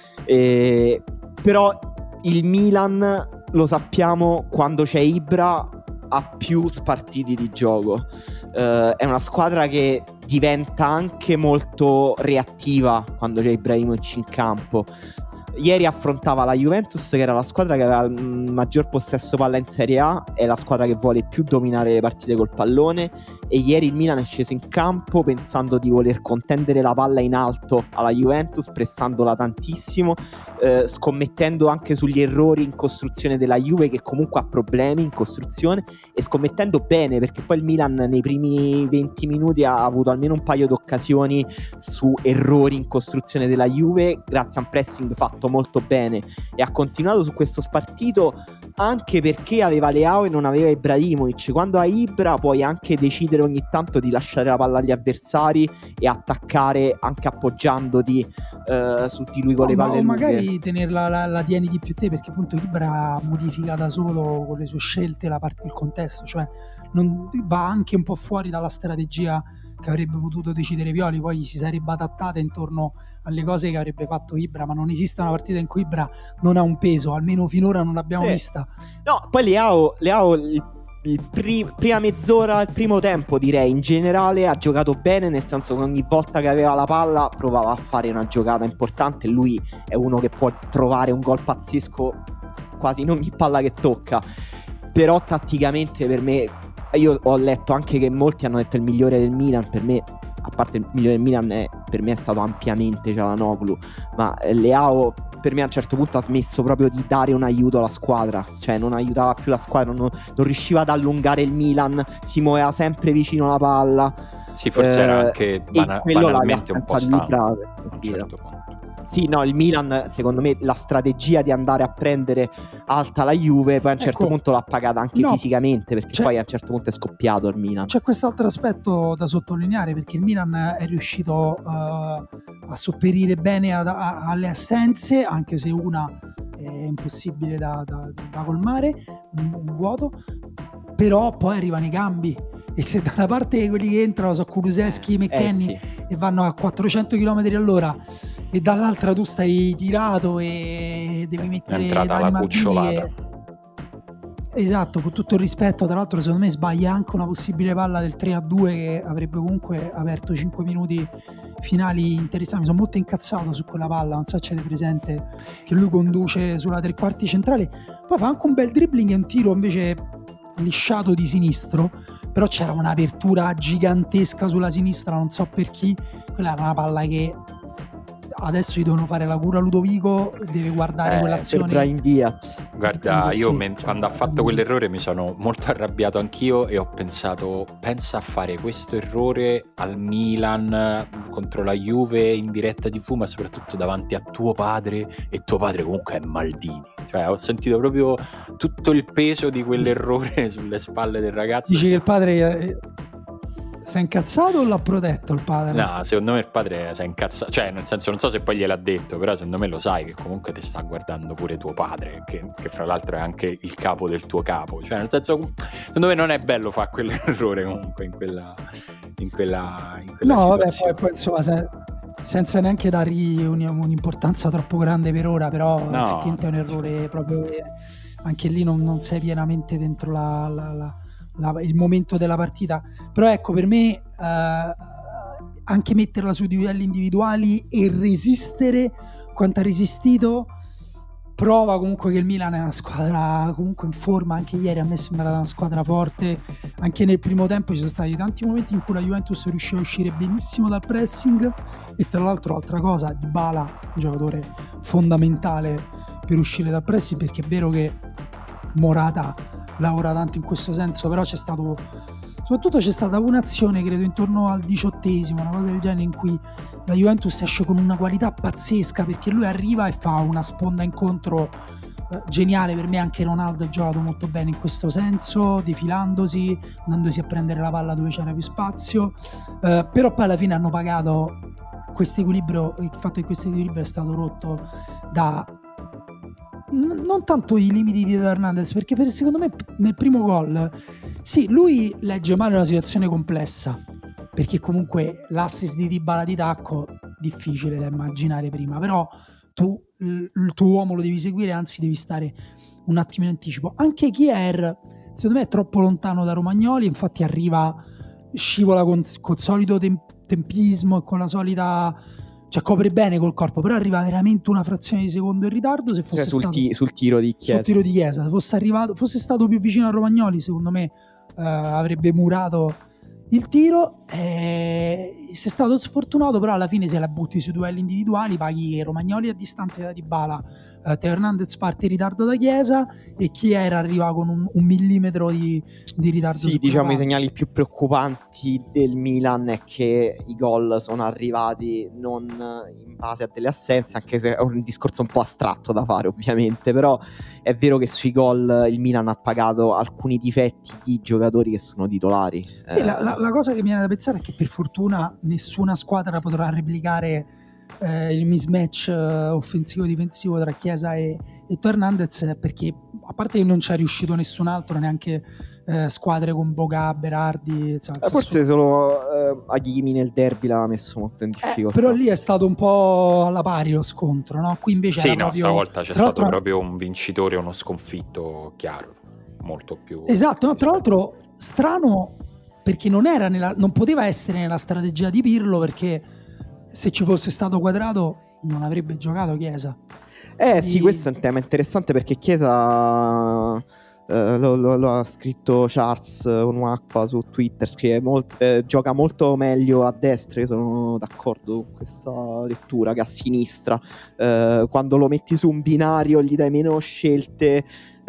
però il Milan, lo sappiamo, quando c'è Ibra ha più spartiti di gioco, è una squadra che diventa anche molto reattiva quando c'è Ibrahimovic in campo. Ieri affrontava la Juventus, che era la squadra che aveva il maggior possesso palla in Serie A, è la squadra che vuole più dominare le partite col pallone, e ieri il Milan è sceso in campo pensando di voler contendere la palla in alto alla Juventus, pressandola tantissimo, scommettendo anche sugli errori in costruzione della Juve, che comunque ha problemi in costruzione, e scommettendo bene, perché poi il Milan nei primi 20 minuti ha avuto almeno un paio di occasioni su errori in costruzione della Juve, grazie a un pressing fatto molto bene, e ha continuato su questo spartito anche perché aveva Leao e non aveva Ibrahimovic. Quando hai Ibra puoi anche decidere ogni tanto di lasciare la palla agli avversari e attaccare anche appoggiandoti su di lui con le palle lunghe. Magari tenerla la tieni di più te, perché appunto Ibra modifica da solo con le sue scelte il contesto, cioè non va anche un po' fuori dalla strategia che avrebbe potuto decidere Pioli, poi si sarebbe adattata intorno alle cose che avrebbe fatto Ibra, ma non esiste una partita in cui Ibra non ha un peso, almeno finora non l'abbiamo vista. No, poi Leao prima mezz'ora, il primo tempo direi in generale ha giocato bene, nel senso che ogni volta che aveva la palla provava a fare una giocata importante. Lui è uno che può trovare un gol pazzesco quasi in ogni palla che tocca, però tatticamente per me, io ho letto anche che molti hanno detto il migliore del Milan, per me, a parte il migliore del Milan, per me è stato ampiamente Çalhanoğlu, ma Leao per me a un certo punto ha smesso proprio di dare un aiuto alla squadra, cioè non aiutava più la squadra, non riusciva ad allungare il Milan, si muoveva sempre vicino alla palla. Sì, forse era anche banalmente un po' stanco a un certo punto. Sì, no, il Milan, secondo me, la strategia di andare a prendere alta la Juve, poi a un certo punto l'ha pagata anche fisicamente, perché poi a un certo punto è scoppiato il Milan. C'è quest'altro aspetto da sottolineare, perché il Milan è riuscito a sopperire bene alle assenze, anche se una è impossibile da colmare, un vuoto, però poi arrivano i cambi. E se da una parte quelli che entrano sono Kulusevski, McKennie e vanno a 400 km all'ora, e dall'altra tu stai tirato e devi mettere la cucciolata. Esatto, con tutto il rispetto, tra l'altro secondo me sbaglia anche una possibile palla del 3-2 che avrebbe comunque aperto 5 minuti finali interessanti. Mi sono molto incazzato su quella palla, non so se c'è presente, che lui conduce sulla tre quarti centrale, poi fa anche un bel dribbling e un tiro invece lisciato di sinistro, però c'era un'apertura gigantesca sulla sinistra, non so per chi, quella era una palla che adesso gli devono fare la cura Ludovico, deve guardare quell'azione per Brahim Diaz. Guarda, io quando ha fatto quell'errore mi sono molto arrabbiato anch'io e ho pensato, pensa a fare questo errore al Milan contro la Juve in diretta TV, ma soprattutto davanti a tuo padre, e tuo padre comunque è Maldini, cioè ho sentito proprio tutto il peso di quell'errore sulle spalle del ragazzo. Dici che il padre si è incazzato o l'ha protetto il padre? No, secondo me il padre si è incazzato, cioè nel senso, non so se poi gliel'ha detto, però secondo me lo sai che comunque ti sta guardando pure tuo padre, che fra l'altro è anche il capo del tuo capo, cioè nel senso, secondo me non è bello fare quell'errore comunque in quella no, situazione. Vabbè, poi insomma senza neanche dargli un'importanza troppo grande per ora, però effettivamente è un errore proprio, anche lì non sei pienamente dentro il momento della partita. Però ecco, per me anche metterla su livelli individuali e resistere quanto ha resistito prova comunque che il Milan è una squadra comunque in forma. Anche ieri a me è sembrata una squadra forte. Anche nel primo tempo ci sono stati tanti momenti in cui la Juventus riusciva a uscire benissimo dal pressing, e tra l'altro, altra cosa, Dybala, un giocatore fondamentale per uscire dal pressing, perché è vero che Morata lavora tanto in questo senso, però soprattutto c'è stata un'azione, credo intorno al 18esimo, una cosa del genere, in cui la Juventus esce con una qualità pazzesca, perché lui arriva e fa una sponda incontro geniale. Per me anche Ronaldo ha giocato molto bene in questo senso, defilandosi, andandosi a prendere la palla dove c'era più spazio, però poi alla fine hanno pagato questo equilibrio. Il fatto che questo equilibrio è stato rotto da non tanto i limiti di Teo Hernandez, perché secondo me nel primo gol sì, lui legge male una situazione complessa, perché comunque l'assist di Dybala di tacco difficile da immaginare prima, però tu il tuo uomo lo devi seguire, anzi devi stare un attimo in anticipo. Anche Kier secondo me è troppo lontano da Romagnoli, infatti scivola con solito tempismo e con la solita, cioè copre bene col corpo, però arriva veramente una frazione di secondo in ritardo. Se fosse sul tiro di Chiesa, se fosse stato più vicino a Romagnoli, secondo me avrebbe murato il tiro. Sei stato sfortunato, però alla fine se la butti sui duelli individuali paghi Romagnoli a distante da Dybala, Teo Hernandez parte in ritardo da Chiesa e Chiesa arriva con un millimetro di ritardo. Sì, diciamo i segnali più preoccupanti del Milan è che i gol sono arrivati non in base a delle assenze, anche se è un discorso un po' astratto da fare ovviamente, però è vero che sui gol il Milan ha pagato alcuni difetti di giocatori che sono titolari. Sì, la cosa che mi viene da pensare è che per fortuna nessuna squadra potrà replicare il mismatch offensivo-difensivo tra Chiesa e Teo Hernandez, perché a parte che non ci è riuscito nessun altro, neanche squadre con Boga, Berardi, forse solo Hakimi nel derby l'ha messo molto in difficoltà, però lì è stato un po' alla pari lo scontro, no? Qui invece sì, era proprio, stavolta c'è stato proprio un vincitore e uno sconfitto chiaro, molto più esatto, no? Tra l'altro strano, perché non poteva essere nella strategia di Pirlo, perché se ci fosse stato Quadrato non avrebbe giocato Chiesa. Sì, questo è un tema interessante, perché Chiesa lo ha scritto Charles Onuacqua su Twitter, scrive gioca molto meglio a destra. Io sono d'accordo con questa lettura, che a sinistra quando lo metti su un binario gli dai meno scelte,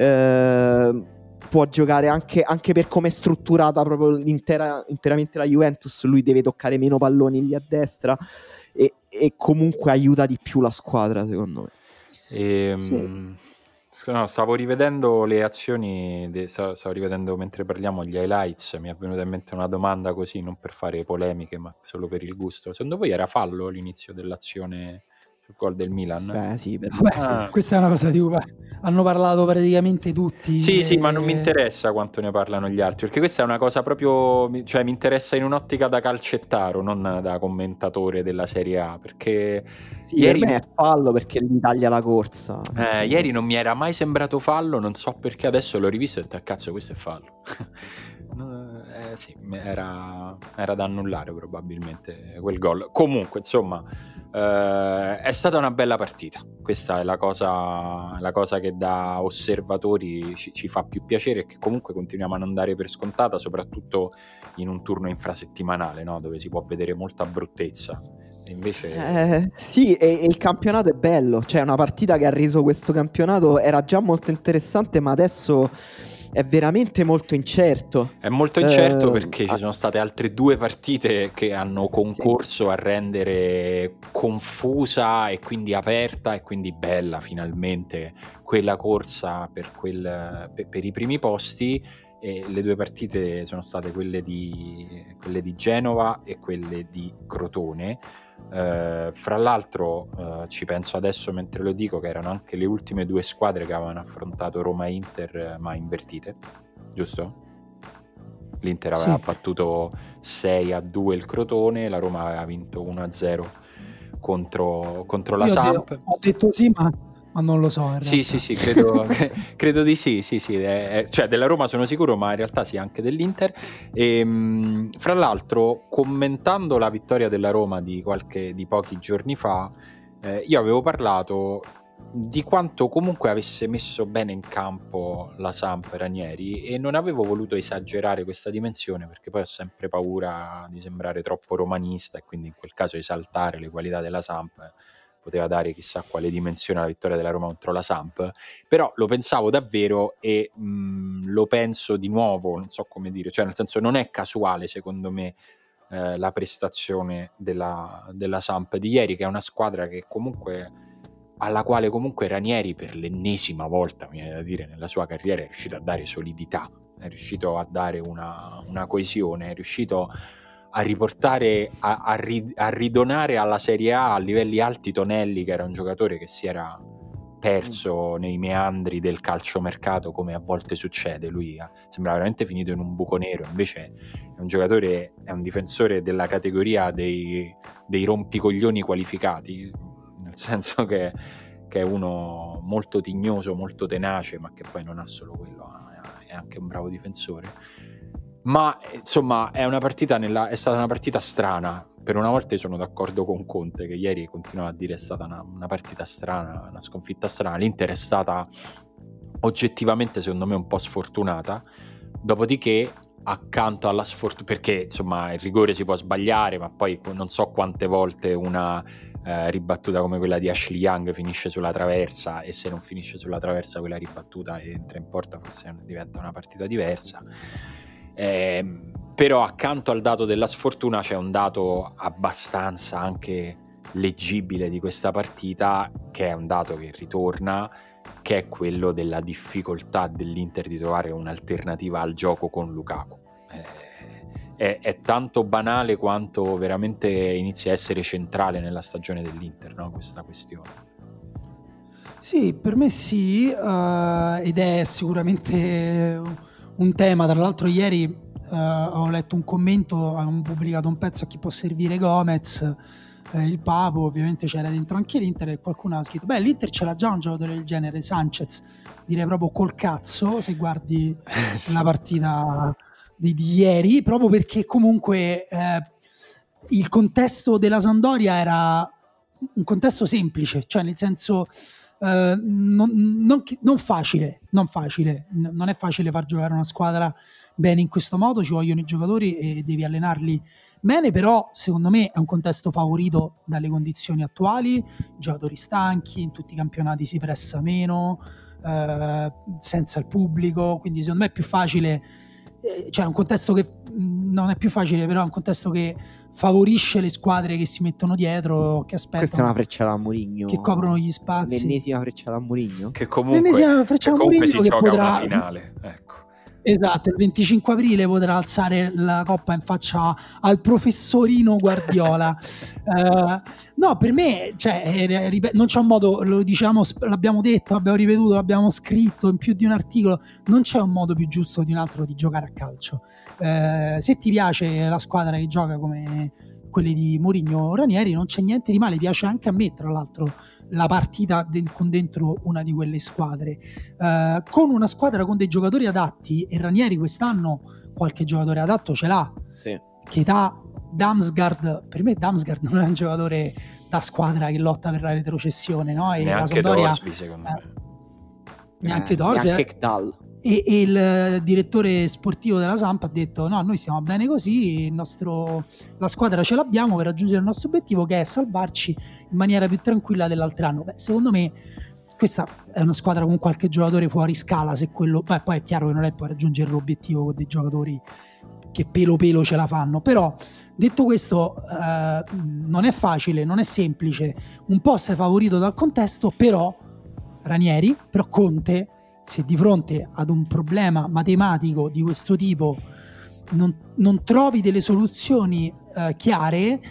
può giocare anche per come è strutturata proprio interamente la Juventus. Lui deve toccare meno palloni lì a destra e comunque aiuta di più la squadra, secondo me. Sì. No, stavo rivedendo le azioni, stavo rivedendo mentre parliamo gli highlights, mi è venuta in mente una domanda così, non per fare polemiche ma solo per il gusto. Secondo voi era fallo l'inizio dell'azione sul gol del Milan? Sì, questa è una cosa di cui hanno parlato praticamente tutti. Sì, ma non mi interessa quanto ne parlano gli altri, perché questa è una cosa proprio, cioè mi interessa in un'ottica da calcettaro, non da commentatore della Serie A, perché ieri per me è fallo, perché gli taglia la corsa. Ieri non mi era mai sembrato fallo, non so perché adesso l'ho rivisto e ho detto cazzo, questo è fallo. Sì, era da annullare probabilmente quel gol. Comunque insomma è stata una bella partita, questa è la cosa che da osservatori ci fa più piacere, e che comunque continuiamo a non dare per scontata, soprattutto in un turno infrasettimanale, no? Dove si può vedere molta bruttezza. Invece sì, e il campionato è bello, cioè una partita che ha reso questo campionato, era già molto interessante, ma adesso è veramente molto incerto. È molto incerto perché ci sono state altre 2 partite che hanno concorso a rendere confusa e quindi aperta e quindi bella finalmente quella corsa per i primi posti. E le 2 partite sono state quelle di Genova e quelle di Crotone. Fra l'altro ci penso adesso mentre lo dico, che erano anche le ultime 2 squadre che avevano affrontato Roma e Inter, ma invertite, giusto? L'Inter aveva battuto 6-2 il Crotone, la Roma aveva vinto 1-0 contro la Samp. Ho detto sì, ma non lo so. Sì, credo di sì. Cioè della Roma sono sicuro, ma in realtà sì, anche dell'Inter. E, fra l'altro, commentando la vittoria della Roma di pochi giorni fa, io avevo parlato di quanto comunque avesse messo bene in campo la Samp Ranieri, e non avevo voluto esagerare questa dimensione perché poi ho sempre paura di sembrare troppo romanista, e quindi in quel caso esaltare le qualità della Samp poteva dare chissà quale dimensione alla vittoria della Roma contro la Samp. Però lo pensavo davvero, e lo penso di nuovo, non so come dire, cioè nel senso, non è casuale secondo me la prestazione della Samp di ieri, che è una squadra che comunque, alla quale comunque Ranieri per l'ennesima volta, mi viene da dire, nella sua carriera è riuscito a dare solidità, è riuscito a dare una coesione, è riuscito a riportare, a ridonare alla Serie A a livelli alti Tonelli, che era un giocatore che si era perso nei meandri del calciomercato, come a volte succede. Lui sembra veramente finito in un buco nero, invece è un giocatore, è un difensore della categoria dei rompicoglioni qualificati, nel senso che è uno molto tignoso, molto tenace, ma che poi non ha solo quello, è anche un bravo difensore. Ma insomma è stata una partita strana. Per una volta sono d'accordo con Conte, che ieri continuava a dire è stata una partita strana, una sconfitta strana. L'Inter è stata oggettivamente secondo me un po' sfortunata, dopodiché accanto alla sfortuna, perché insomma il rigore si può sbagliare, ma poi non so quante volte una ribattuta come quella di Ashley Young finisce sulla traversa, e se non finisce sulla traversa quella ribattuta e entra in porta, forse diventa una partita diversa. Però accanto al dato della sfortuna c'è un dato abbastanza anche leggibile di questa partita, che è un dato che ritorna, che è quello della difficoltà dell'Inter di trovare un'alternativa al gioco con Lukaku. È tanto banale quanto veramente inizia a essere centrale nella stagione dell'Inter, no? Questa questione. Sì, per me sì, ed è sicuramente un tema. Tra l'altro ieri ho letto un commento, hanno pubblicato un pezzo a chi può servire Gomez, il Papo, ovviamente c'era dentro anche l'Inter, e qualcuno ha scritto l'Inter ce l'ha già un giocatore del genere, Sanchez, direi proprio col cazzo se guardi la partita di ieri, proprio perché comunque il contesto della Sampdoria era un contesto semplice, cioè nel senso non facile, non è facile far giocare una squadra bene in questo modo, ci vogliono i giocatori e devi allenarli bene, però secondo me è un contesto favorito dalle condizioni attuali, giocatori stanchi, in tutti i campionati si pressa meno, senza il pubblico, quindi secondo me è più facile, cioè è un contesto che non è più facile, però è un contesto che favorisce le squadre che si mettono dietro, che aspettano. Questa è una frecciata a Mourinho, che coprono gli spazi. L'ennesima frecciata a Mourinho, che comunque si gioca una finale, ecco. Esatto, il 25 aprile potrà alzare la coppa in faccia al professorino Guardiola. No, per me, cioè, non c'è un modo, lo diciamo, l'abbiamo detto, l'abbiamo ripetuto, l'abbiamo scritto in più di un articolo, non c'è un modo più giusto di un altro di giocare a calcio. Se ti piace la squadra che gioca come quelli di Mourinho o Ranieri, non c'è niente di male, piace anche a me, tra l'altro, la partita con dentro una di quelle squadre, con una squadra con dei giocatori adatti, e Ranieri quest'anno qualche giocatore adatto ce l'ha, sì. Che Damsgaard, per me Damsgaard non è un giocatore da squadra che lotta per la retrocessione, no? E neanche la Sampdoria, Dorsby, secondo me. Neanche Dorsby, neanche Kdal. E il direttore sportivo della Samp ha detto no, noi stiamo bene così, la squadra ce l'abbiamo per raggiungere il nostro obiettivo, che è salvarci in maniera più tranquilla dell'altro anno. Secondo me questa è una squadra con qualche giocatore fuori scala, se quello poi è chiaro che non è poi raggiungere l'obiettivo con dei giocatori che pelo ce la fanno, però detto questo non è facile, non è semplice, un po' sei favorito dal contesto, però Conte, se di fronte ad un problema matematico di questo tipo non trovi delle soluzioni chiare,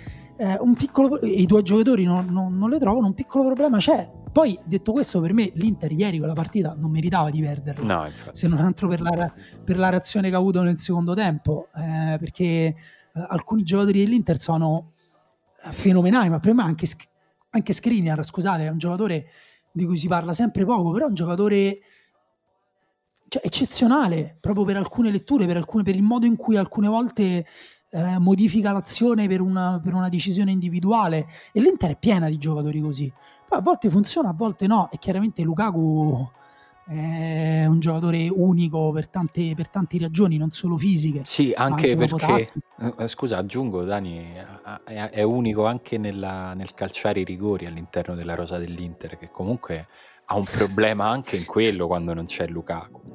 i tuoi giocatori non le trovano, un piccolo problema c'è. Poi, detto questo, per me l'Inter ieri quella partita non meritava di perderla, no, se non altro per la reazione che ha avuto nel secondo tempo, perché alcuni giocatori dell'Inter sono fenomenali, ma per me anche Skriniar, scusate, è un giocatore di cui si parla sempre poco, però è un giocatore eccezionale, proprio per alcune letture, per il modo in cui alcune volte modifica l'azione per una decisione individuale, e l'Inter è piena di giocatori così. Poi a volte funziona, a volte no, e chiaramente Lukaku è un giocatore unico per tante ragioni, non solo fisiche. Sì, anche proprio perché, tattiche. scusa, aggiungo, Dani, è unico anche nel calciare i rigori all'interno della rosa dell'Inter, che comunque ha un problema anche in quello quando non c'è Lukaku.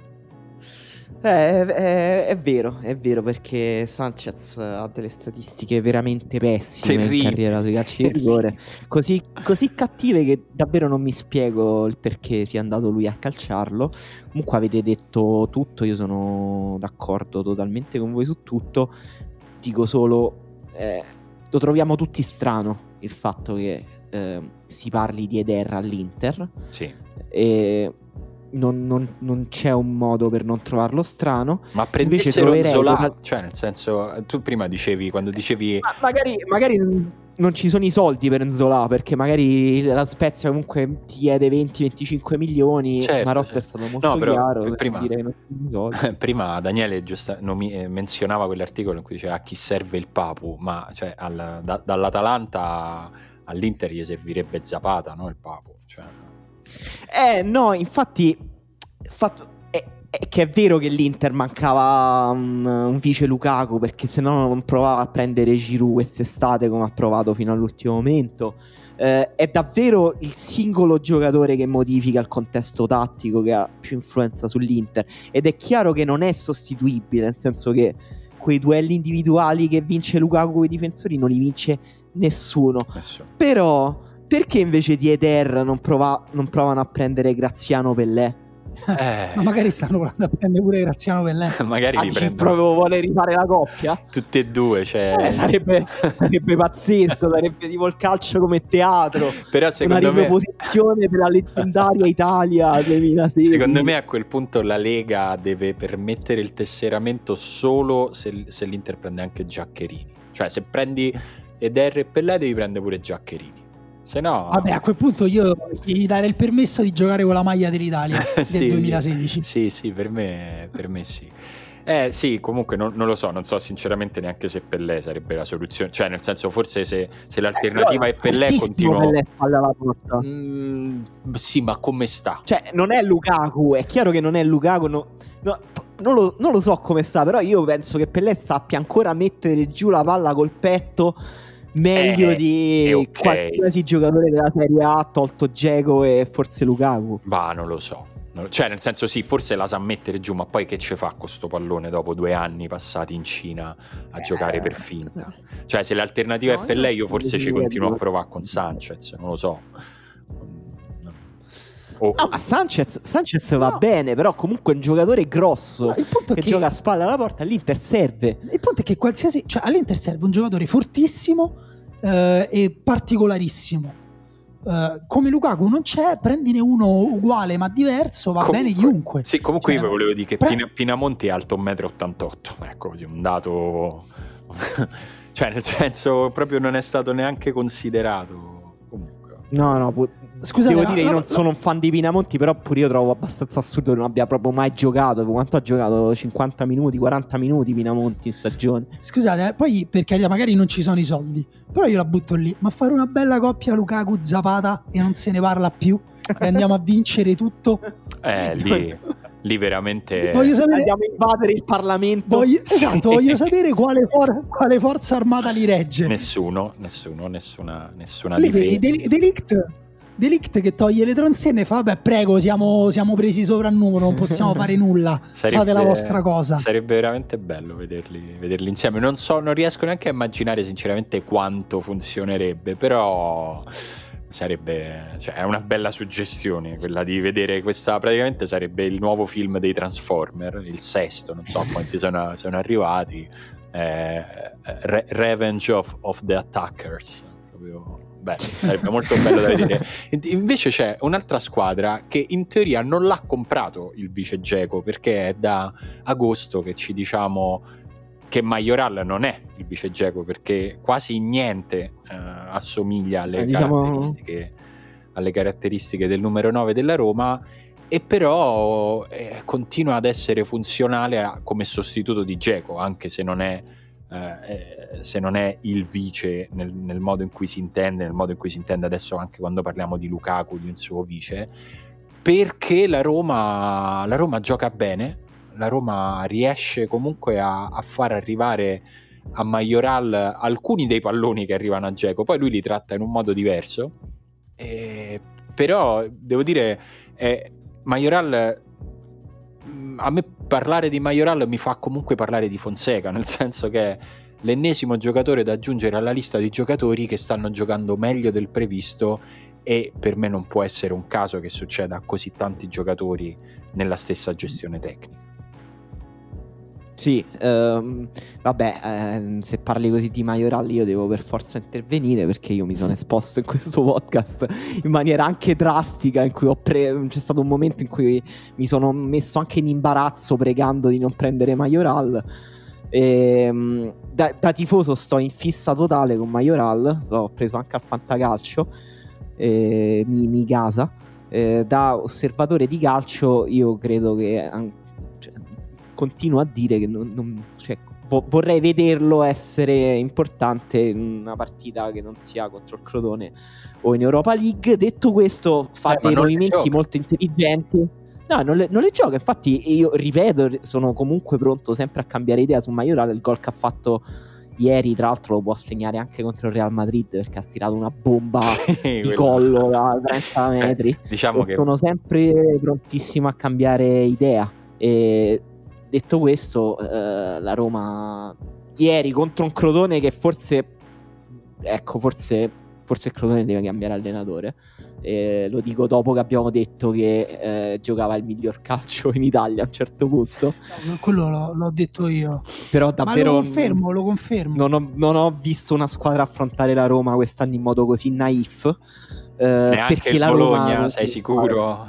È vero, perché Sanchez ha delle statistiche veramente pessime Terribili. in carriera sui calci di rigore, così cattive che davvero non mi spiego il perché sia andato lui a calciarlo. Comunque avete detto tutto, io sono d'accordo totalmente con voi su tutto. Dico solo, lo troviamo tutti strano il fatto che si parli di Eder all'Inter. Sì. E non c'è un modo per non trovarlo strano. Ma prendessero Zola, cioè nel senso, tu prima dicevi, quando dicevi magari non ci sono i soldi per Nzola, perché magari la Spezia comunque ti chiede 20-25 milioni. Certo, Marotta è stato molto chiaro prima, dire che non ci sono i soldi. Prima Daniele menzionava quell'articolo in cui diceva a chi serve il Papu, ma cioè dall'Atalanta all'Inter gli servirebbe Zapata, no il Papu, cioè. No, infatti è che è vero che l'Inter mancava un vice Lukaku, perché se no non provava a prendere Giroud quest'estate come ha provato fino all'ultimo momento. È davvero il singolo giocatore che modifica il contesto tattico, che ha più influenza sull'Inter, ed è chiaro che non è sostituibile, nel senso che quei duelli individuali che vince Lukaku con i difensori non li vince nessuno. Però perché invece di Eder non provano a prendere Graziano Pellè? Ma magari stanno provando a prendere pure Graziano Pellè. Magari li prendono. Proprio vuole rifare la coppia? Tutti e due, cioè. Sarebbe pazzesco, sarebbe tipo il calcio come teatro. Però secondo una riproposizione della leggendaria Italia 2016. Secondo me a quel punto la Lega deve permettere il tesseramento solo se l'Inter prende anche Giaccherini. Cioè se prendi Eder e Pellè devi prendere pure Giaccherini. Se no, vabbè, a quel punto io gli darei il permesso di giocare con la maglia dell'Italia del 2016. Sì, per me sì. Sì, comunque non lo so, non so sinceramente neanche se Pellè sarebbe la soluzione. Cioè, nel senso, forse se l'alternativa è Pellè, continua. Pellè spalla alla porta. Sì, ma come sta? Cioè, non è Lukaku, è chiaro che non è Lukaku. Non lo so come sta, però io penso che Pellè sappia ancora mettere giù la palla col petto meglio di qualsiasi giocatore della Serie A, tolto Dzeko e forse Lukaku. Bah, non lo so. Cioè, nel senso, sì, forse la sa mettere giù, ma poi che ce fa con sto pallone dopo 2 anni passati in Cina a giocare per finta? Cioè, se l'alternativa è Pellè, io forse ci continuo a provare con Sanchez, non lo so. Ma Sanchez va bene, però comunque è un giocatore grosso che gioca a spalla alla porta. All'Inter serve. Il punto è che all'Inter serve un giocatore fortissimo e particolarissimo. Come Lukaku non c'è, prendine uno uguale ma diverso, va bene chiunque. Sì, comunque io volevo dire che Pinamonti è alto 1,88 m, ecco, così un dato cioè nel senso proprio non è stato neanche considerato. Comunque no, scusate, devo dire io non sono un fan di Pinamonti, però pure io trovo abbastanza assurdo che non abbia proprio mai giocato. Quanto ha giocato? 50 minuti, 40 minuti Pinamonti in stagione. Scusate, poi per carità magari non ci sono i soldi, però io la butto lì, ma fare una bella coppia Lukaku-Zapata e non se ne parla più e andiamo a vincere tutto. Lì veramente voglio sapere, andiamo a invadere il Parlamento. Voglio sapere quale forza armata li regge. Nessuna lì difesa. Delict che toglie le tronzenne e fa vabbè prego siamo presi soprannumero, non possiamo fare nulla, fate la vostra cosa. Sarebbe veramente bello vederli insieme. Non riesco neanche a immaginare sinceramente quanto funzionerebbe, però sarebbe, cioè, è una bella suggestione quella di vedere questa. Praticamente sarebbe il nuovo film dei Transformer, il sesto, non so a quanti sono arrivati. Revenge of the Attackers, proprio bello, sarebbe molto bello da vedere. Invece c'è un'altra squadra che in teoria non l'ha comprato il vice Dzeko, perché è da agosto che ci diciamo che Majoral non è il vice Dzeko, perché quasi niente assomiglia alle caratteristiche del numero 9 della Roma, e però continua ad essere funzionale come sostituto di Dzeko, anche se non è se non è il vice nel modo in cui si intende, adesso anche quando parliamo di Lukaku, di un suo vice, perché la Roma gioca bene, la Roma riesce comunque a far arrivare a Majoral alcuni dei palloni che arrivano a Dzeko, poi lui li tratta in un modo diverso, però devo dire Majoral, a me parlare di Majoral mi fa comunque parlare di Fonseca, nel senso che è l'ennesimo giocatore da aggiungere alla lista di giocatori che stanno giocando meglio del previsto, e per me non può essere un caso che succeda a così tanti giocatori nella stessa gestione tecnica. Sì, se parli così di Majoral io devo per forza intervenire, perché io mi sono esposto in questo podcast in maniera anche drastica, in cui c'è stato un momento in cui mi sono messo anche in imbarazzo pregando di non prendere Majoral. Da tifoso sto in fissa totale con Majoral, l'ho preso anche al Fantacalcio, mi gasa. Da osservatore di calcio io credo che continuo a dire che vorrei vederlo essere importante in una partita che non sia contro il Crotone o in Europa League. Detto questo, fa dei movimenti molto intelligenti. No, non le gioca. Infatti io ripeto, sono comunque pronto sempre a cambiare idea su Majoral. Il gol che ha fatto ieri, tra l'altro, lo può segnare anche contro il Real Madrid, perché ha tirato una bomba di collo da 30 metri. Diciamo che sono sempre prontissimo a cambiare idea. E detto questo, la Roma ieri contro un Crotone che forse il Crotone deve cambiare allenatore. Lo dico dopo che abbiamo detto che giocava il miglior calcio in Italia a un certo punto. Quello l'ho detto io. Però davvero lo confermo. Non ho visto una squadra affrontare la Roma quest'anno in modo così naif. Neanche perché il la Bologna, Roma, sei sicuro?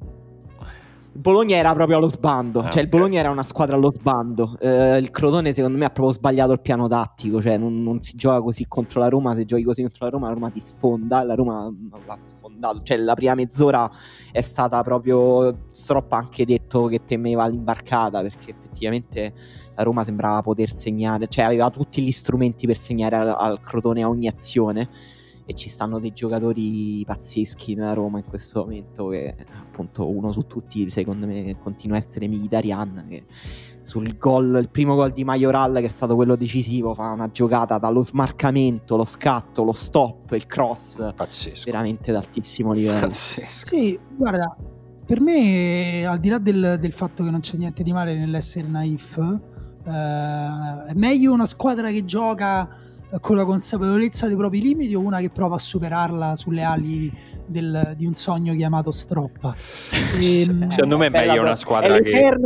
Il Bologna era proprio allo sbando, okay. Il Bologna era una squadra allo sbando. Il Crotone secondo me ha proprio sbagliato il piano tattico, cioè non si gioca così contro la Roma. Se giochi così contro la Roma ti sfonda, la Roma l'ha sfondato, cioè la prima mezz'ora è stata proprio, Stroppa ha anche detto che temeva l'imbarcata, perché effettivamente la Roma sembrava poter segnare, cioè aveva tutti gli strumenti per segnare al Crotone a ogni azione. E ci stanno dei giocatori pazzeschi nella Roma in questo momento, che appunto uno su tutti secondo me continua a essere Mkhitaryan, che sul gol, il primo gol di Majoral, che è stato quello decisivo, fa una giocata dallo smarcamento, lo scatto, lo stop, il cross, pazzesco, veramente d'altissimo livello. Pazzesco. Sì, guarda, per me, al di là del fatto che non c'è niente di male nell'essere naif, è meglio una squadra che gioca con la consapevolezza dei propri limiti o una che prova a superarla sulle ali di un sogno chiamato Stroppa? Secondo me è meglio una squadra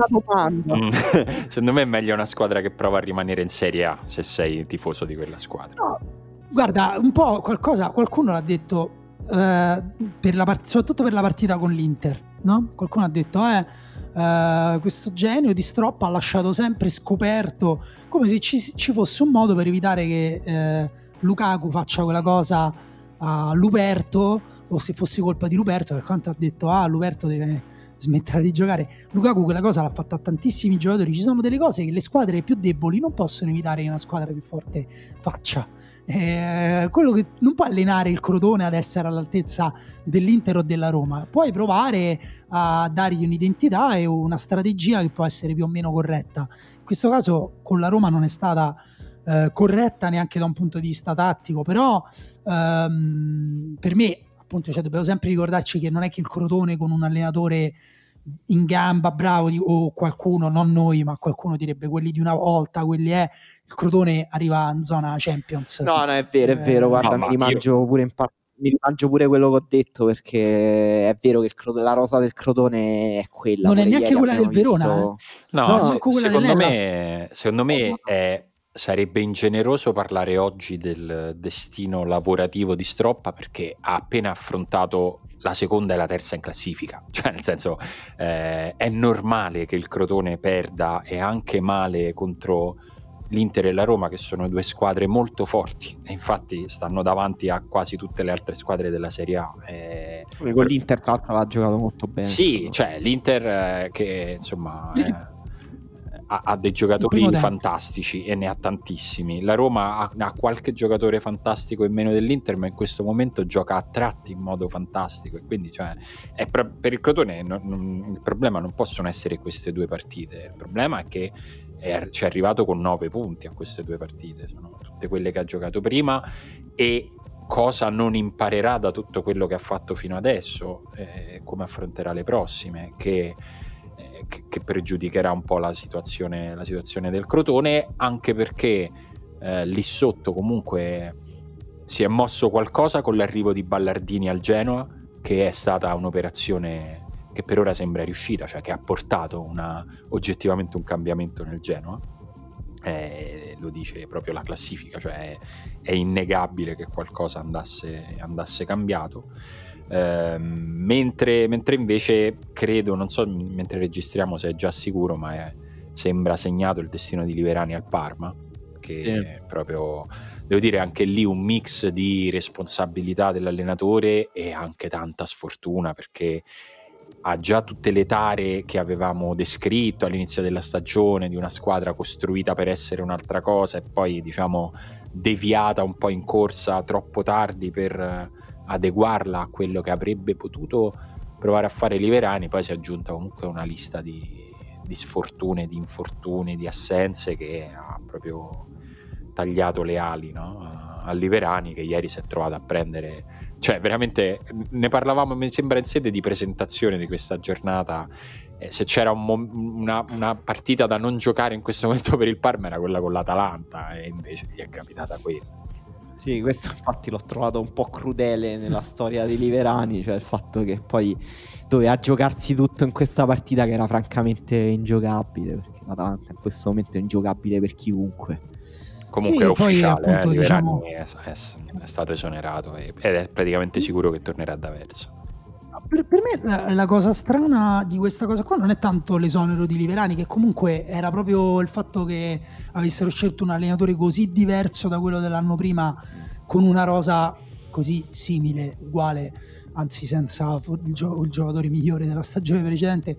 secondo me è meglio una squadra che prova a rimanere in Serie A, se sei tifoso di quella squadra. No, guarda, un po' qualcuno l'ha detto, soprattutto per la partita con l'Inter, no? Qualcuno ha detto questo genio di Stroppa ha lasciato sempre scoperto, come se ci fosse un modo per evitare che Lukaku faccia quella cosa a Luperto, o se fosse colpa di Luperto, per quanto ha detto Luperto deve smettere di giocare. Lukaku quella cosa l'ha fatta a tantissimi giocatori. Ci sono delle cose che le squadre più deboli non possono evitare che una squadra più forte faccia. Quello che non può allenare il Crotone ad essere all'altezza dell'Inter o della Roma, puoi provare a dargli un'identità e una strategia che può essere più o meno corretta. In questo caso con la Roma non è stata corretta neanche da un punto di vista tattico, però per me appunto, dobbiamo sempre ricordarci che non è che il Crotone con un allenatore in gamba bravo o qualcuno, non noi, ma qualcuno direbbe quelli di una volta, il Crotone arriva in zona Champions. No, è vero, guarda, mi rimangio pure quello che ho detto, perché è vero che la rosa del Crotone è quella. Non è neanche quella del Verona. No, secondo me sarebbe ingeneroso parlare oggi del destino lavorativo di Stroppa, perché ha appena affrontato la seconda e la terza in classifica, cioè nel senso è normale che il Crotone perda, e anche male, contro l'Inter e la Roma, che sono due squadre molto forti, e infatti stanno davanti a quasi tutte le altre squadre della Serie A. Con l'Inter tra l'altro ha giocato molto bene. Sì, cioè l'Inter che insomma ha dei Il giocatori primo tempo. fantastici e ne ha tantissimi. La Roma ha qualche giocatore fantastico in meno dell'Inter, ma in questo momento gioca a tratti in modo fantastico, e quindi cioè, per il Crotone il problema non possono essere queste due partite. Il problema è che ci è arrivato con 9 punti a queste due partite, sono tutte quelle che ha giocato prima, e cosa non imparerà da tutto quello che ha fatto fino adesso, come affronterà le prossime, che pregiudicherà un po' la situazione del Crotone, anche perché lì sotto comunque si è mosso qualcosa con l'arrivo di Ballardini al Genoa, che è stata un'operazione che per ora sembra riuscita, cioè che ha portato oggettivamente un cambiamento nel Genoa. Lo dice proprio la classifica, cioè è innegabile che qualcosa andasse cambiato. Mentre invece credo, non so mentre registriamo se è già sicuro, ma sembra segnato il destino di Liverani al Parma, che è proprio, devo dire, anche lì un mix di responsabilità dell'allenatore e anche tanta sfortuna, perché ha già tutte le tare che avevamo descritto all'inizio della stagione, di una squadra costruita per essere un'altra cosa e poi diciamo deviata un po' in corsa troppo tardi per adeguarla a quello che avrebbe potuto provare a fare Liverani. Poi si è aggiunta comunque una lista di sfortune, di infortuni, di assenze, che ha proprio tagliato le ali, no? A Liverani, che ieri si è trovato a prendere, cioè veramente ne parlavamo mi sembra in sede di presentazione di questa giornata, se c'era una partita da non giocare in questo momento per il Parma era quella con l'Atalanta, e invece gli è capitata quella. Sì, questo infatti l'ho trovato un po' crudele nella storia di Liverani, cioè il fatto che poi doveva giocarsi tutto in questa partita che era francamente ingiocabile, perché l'Atalanta in questo momento è ingiocabile per chiunque. Comunque Sì, è ufficiale, poi, appunto, Liverani diciamo, è stato esonerato ed è praticamente sicuro che tornerà ad Aversa. per me la cosa strana di questa cosa qua non è tanto l'esonero di Liverani, che comunque era proprio il fatto che avessero scelto un allenatore così diverso da quello dell'anno prima, con una rosa così simile, uguale, anzi senza il giocatore migliore della stagione precedente,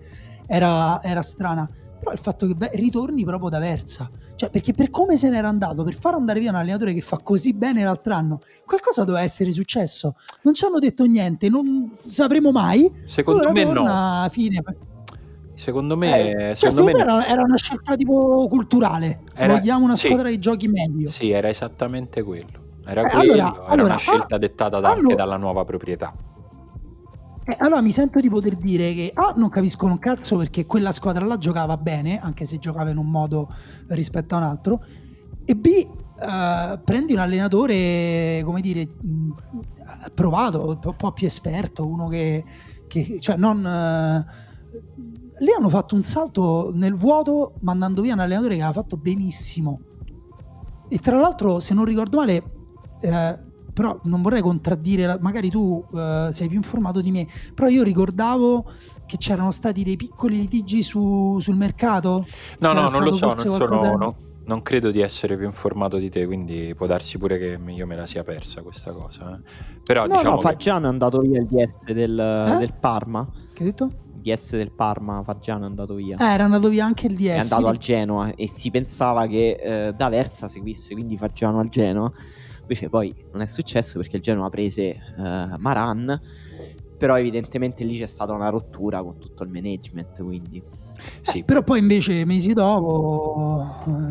era strana. Però il fatto che ritorni proprio da Aversa, cioè, perché per come se n'era andato, per far andare via un allenatore che fa così bene l'altro anno, qualcosa doveva essere successo. Non ci hanno detto niente, non sapremo mai. Secondo me torna, fine. Secondo me, secondo me era una scelta tipo culturale. Vogliamo una squadra che giochi meglio. Sì, era esattamente quello. Era una scelta dettata anche dalla nuova proprietà. Allora mi sento di poter dire che non capiscono un cazzo, perché quella squadra là giocava bene, anche se giocava in un modo rispetto a un altro, e B, prendi un allenatore, come dire, provato, un po' più esperto, uno che cioè non lì hanno fatto un salto nel vuoto mandando via un allenatore che aveva fatto benissimo, e tra l'altro, se non ricordo male, però non vorrei contraddire, magari tu sei più informato di me, però io ricordavo che c'erano stati dei piccoli litigi sul mercato. No, non lo so, non credo di essere più informato di te, quindi può darsi pure che io me la sia persa questa cosa. Però diciamo Fagiano è andato via, il DS del Parma. Che hai detto? Il DS del Parma, Fagiano è andato via. Era andato via anche il DS. È andato al Genoa e si pensava che D'Aversa seguisse quindi Fagiano al Genoa. Invece poi non è successo, perché il Genoa prese Maran, però evidentemente lì c'è stata una rottura con tutto il management, quindi sì. Però poi invece mesi dopo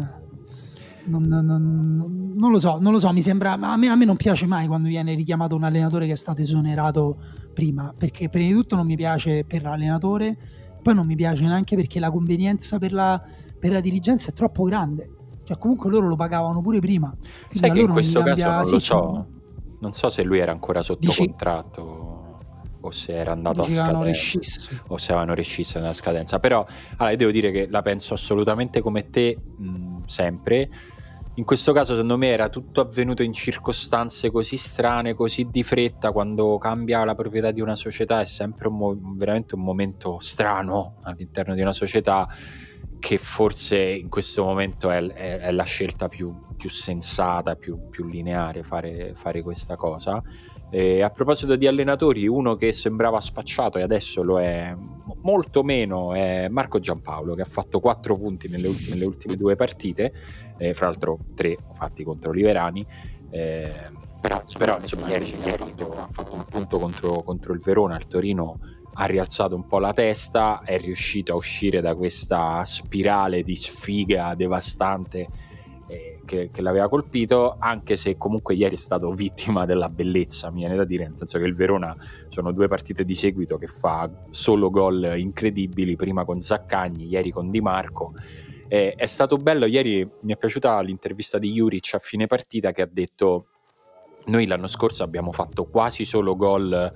non lo so, mi sembra, a me non piace mai quando viene richiamato un allenatore che è stato esonerato prima, perché prima di tutto non mi piace per l'allenatore, poi non mi piace neanche perché la convenienza per la dirigenza è troppo grande. Cioè, comunque loro lo pagavano pure prima. Sai che in questo caso non lo so. Non so se lui era ancora sotto contratto o se era andato a scadenza, o se avevano rescisso nella scadenza. Però allora, io devo dire che la penso assolutamente come te, sempre. In questo caso secondo me era tutto avvenuto in circostanze così strane, così di fretta. Quando cambia la proprietà di una società è sempre veramente un momento strano all'interno di una società, che forse in questo momento è la scelta più sensata, più lineare fare questa cosa. E a proposito di allenatori, uno che sembrava spacciato e adesso lo è molto meno è Marco Giampaolo, che ha fatto 4 punti nelle ultime 2 partite, fra l'altro 3 fatti contro Liverani, però insomma ieri ha fatto un punto contro il Verona. Il Torino ha rialzato un po' la testa, è riuscito a uscire da questa spirale di sfiga devastante che l'aveva colpito, anche se comunque ieri è stato vittima della bellezza, mi viene da dire, nel senso che il Verona sono 2 partite di seguito che fa solo gol incredibili, prima con Zaccagni, ieri con Di Marco. È stato bello, ieri mi è piaciuta l'intervista di Juric a fine partita, che ha detto: noi l'anno scorso abbiamo fatto quasi solo gol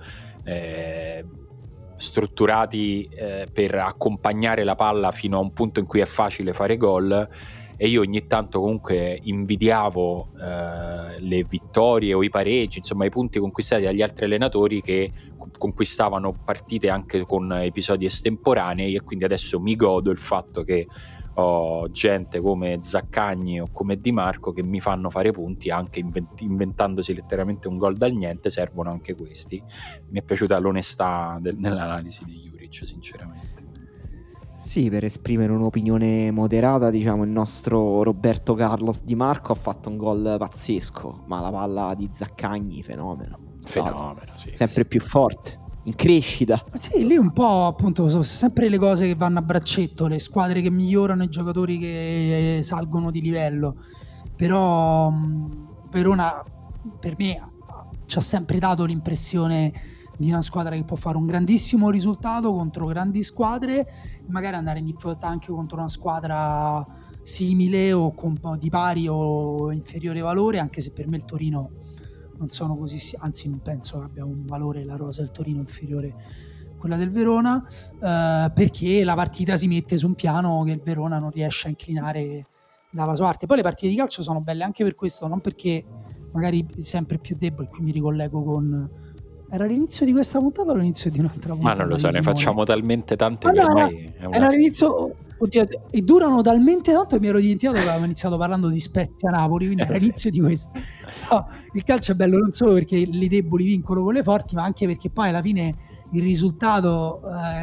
strutturati per accompagnare la palla fino a un punto in cui è facile fare gol, e io ogni tanto comunque invidiavo le vittorie o i pareggi, insomma i punti conquistati dagli altri allenatori che conquistavano partite anche con episodi estemporanei, e quindi adesso mi godo il fatto che ho gente come Zaccagni o come Di Marco che mi fanno fare punti anche inventandosi letteralmente un gol dal niente. Servono anche questi. Mi è piaciuta l'onestà nell'analisi di Juric, sinceramente. Sì, per esprimere un'opinione moderata, diciamo, il nostro Roberto Carlos Di Marco ha fatto un gol pazzesco, ma la palla di Zaccagni, fenomeno, sì. Sempre più forte, in crescita. Sì, lì un po' appunto sono sempre le cose che vanno a braccetto, le squadre che migliorano, i giocatori che salgono di livello. Però Verona per me ci ha sempre dato l'impressione di una squadra che può fare un grandissimo risultato contro grandi squadre, magari andare in difficoltà anche contro una squadra simile o di pari o inferiore valore, anche se per me il Torino non sono così, anzi non penso che abbia un valore la rosa del Torino inferiore a quella del Verona, perché la partita si mette su un piano che il Verona non riesce a inclinare dalla sua parte. Poi le partite di calcio sono belle anche per questo, non perché magari sempre più debole. Qui mi ricollego con... Era l'inizio di questa puntata o l'inizio di un'altra puntata? Ma non lo so, ne facciamo talmente tante che ormai era l'inizio... Oddio, e durano talmente tanto che mi ero dimenticato che avevamo iniziato parlando di Spezia Napoli, quindi era l'inizio di questo. No, il calcio è bello non solo perché le deboli vincono con le forti, ma anche perché poi alla fine il risultato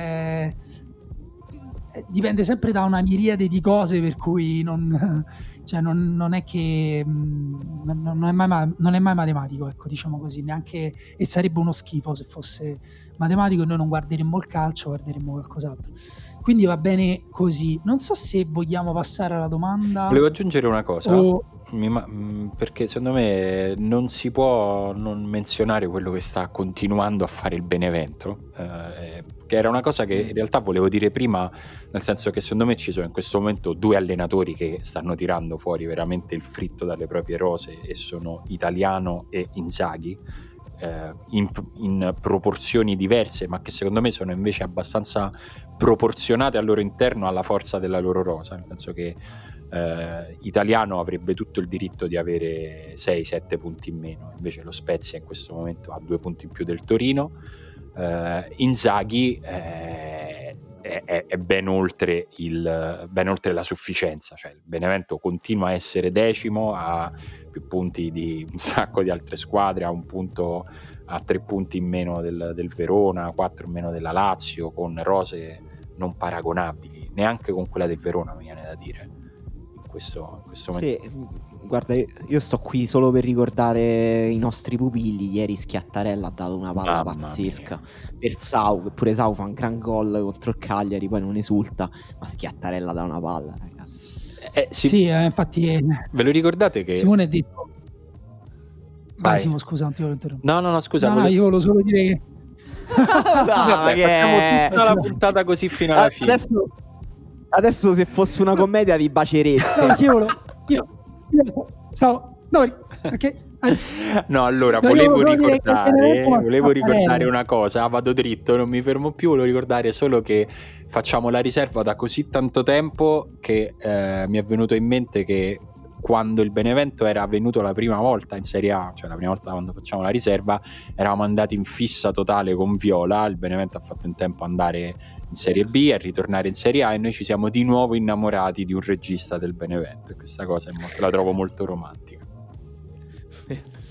dipende sempre da una miriade di cose, per cui non è che non è mai matematico, ecco, diciamo così, neanche, e sarebbe uno schifo se fosse matematico e noi non guarderemmo il calcio, guarderemmo qualcos'altro. Quindi va bene così. Non so se vogliamo passare alla domanda. Volevo aggiungere una cosa, perché secondo me non si può non menzionare quello che sta continuando a fare il Benevento, che era una cosa che in realtà volevo dire prima, nel senso che secondo me ci sono in questo momento 2 allenatori che stanno tirando fuori veramente il fritto dalle proprie rose, e sono Italiano e Inzaghi, in proporzioni diverse, ma che secondo me sono invece abbastanza proporzionate al loro interno alla forza della loro rosa, nel senso che Italiano avrebbe tutto il diritto di avere 6-7 punti in meno, invece lo Spezia in questo momento ha 2 punti in più del Torino. Inzaghi è ben oltre la sufficienza, cioè il Benevento continua a essere decimo, ha più punti di un sacco di altre squadre, ha 3 punti in meno del Verona, 4 in meno della Lazio, con rose non paragonabili neanche con quella del Verona, mi viene da dire in questo momento. Sì, guarda, io sto qui solo per ricordare i nostri pupilli. Ieri Schiattarella ha dato una palla pazzesca per Sau, che pure Sau fa un gran gol contro il Cagliari, poi non esulta, ma Schiattarella dà una palla, ragazzi. Sì, infatti ve lo ricordate che Simone ha detto... Vai Simone, scusa, non ti volevo interrompere. No, scusa. No, io volevo solo dire che... Vabbè, facciamo tutta la puntata così fino alla fine. Adesso se fosse una commedia vi bacereste. No, io stavo... No, perché... No, allora volevo ricordare una cosa, vado dritto, non mi fermo più. Volevo ricordare solo che facciamo la riserva da così tanto tempo che mi è venuto in mente che quando il Benevento era venuto la prima volta in Serie A, cioè la prima volta quando facciamo la riserva, eravamo andati in fissa totale con Viola. Il Benevento ha fatto in tempo andare in Serie B e ritornare in Serie A, e noi ci siamo di nuovo innamorati di un regista del Benevento, e questa cosa la trovo molto romantica.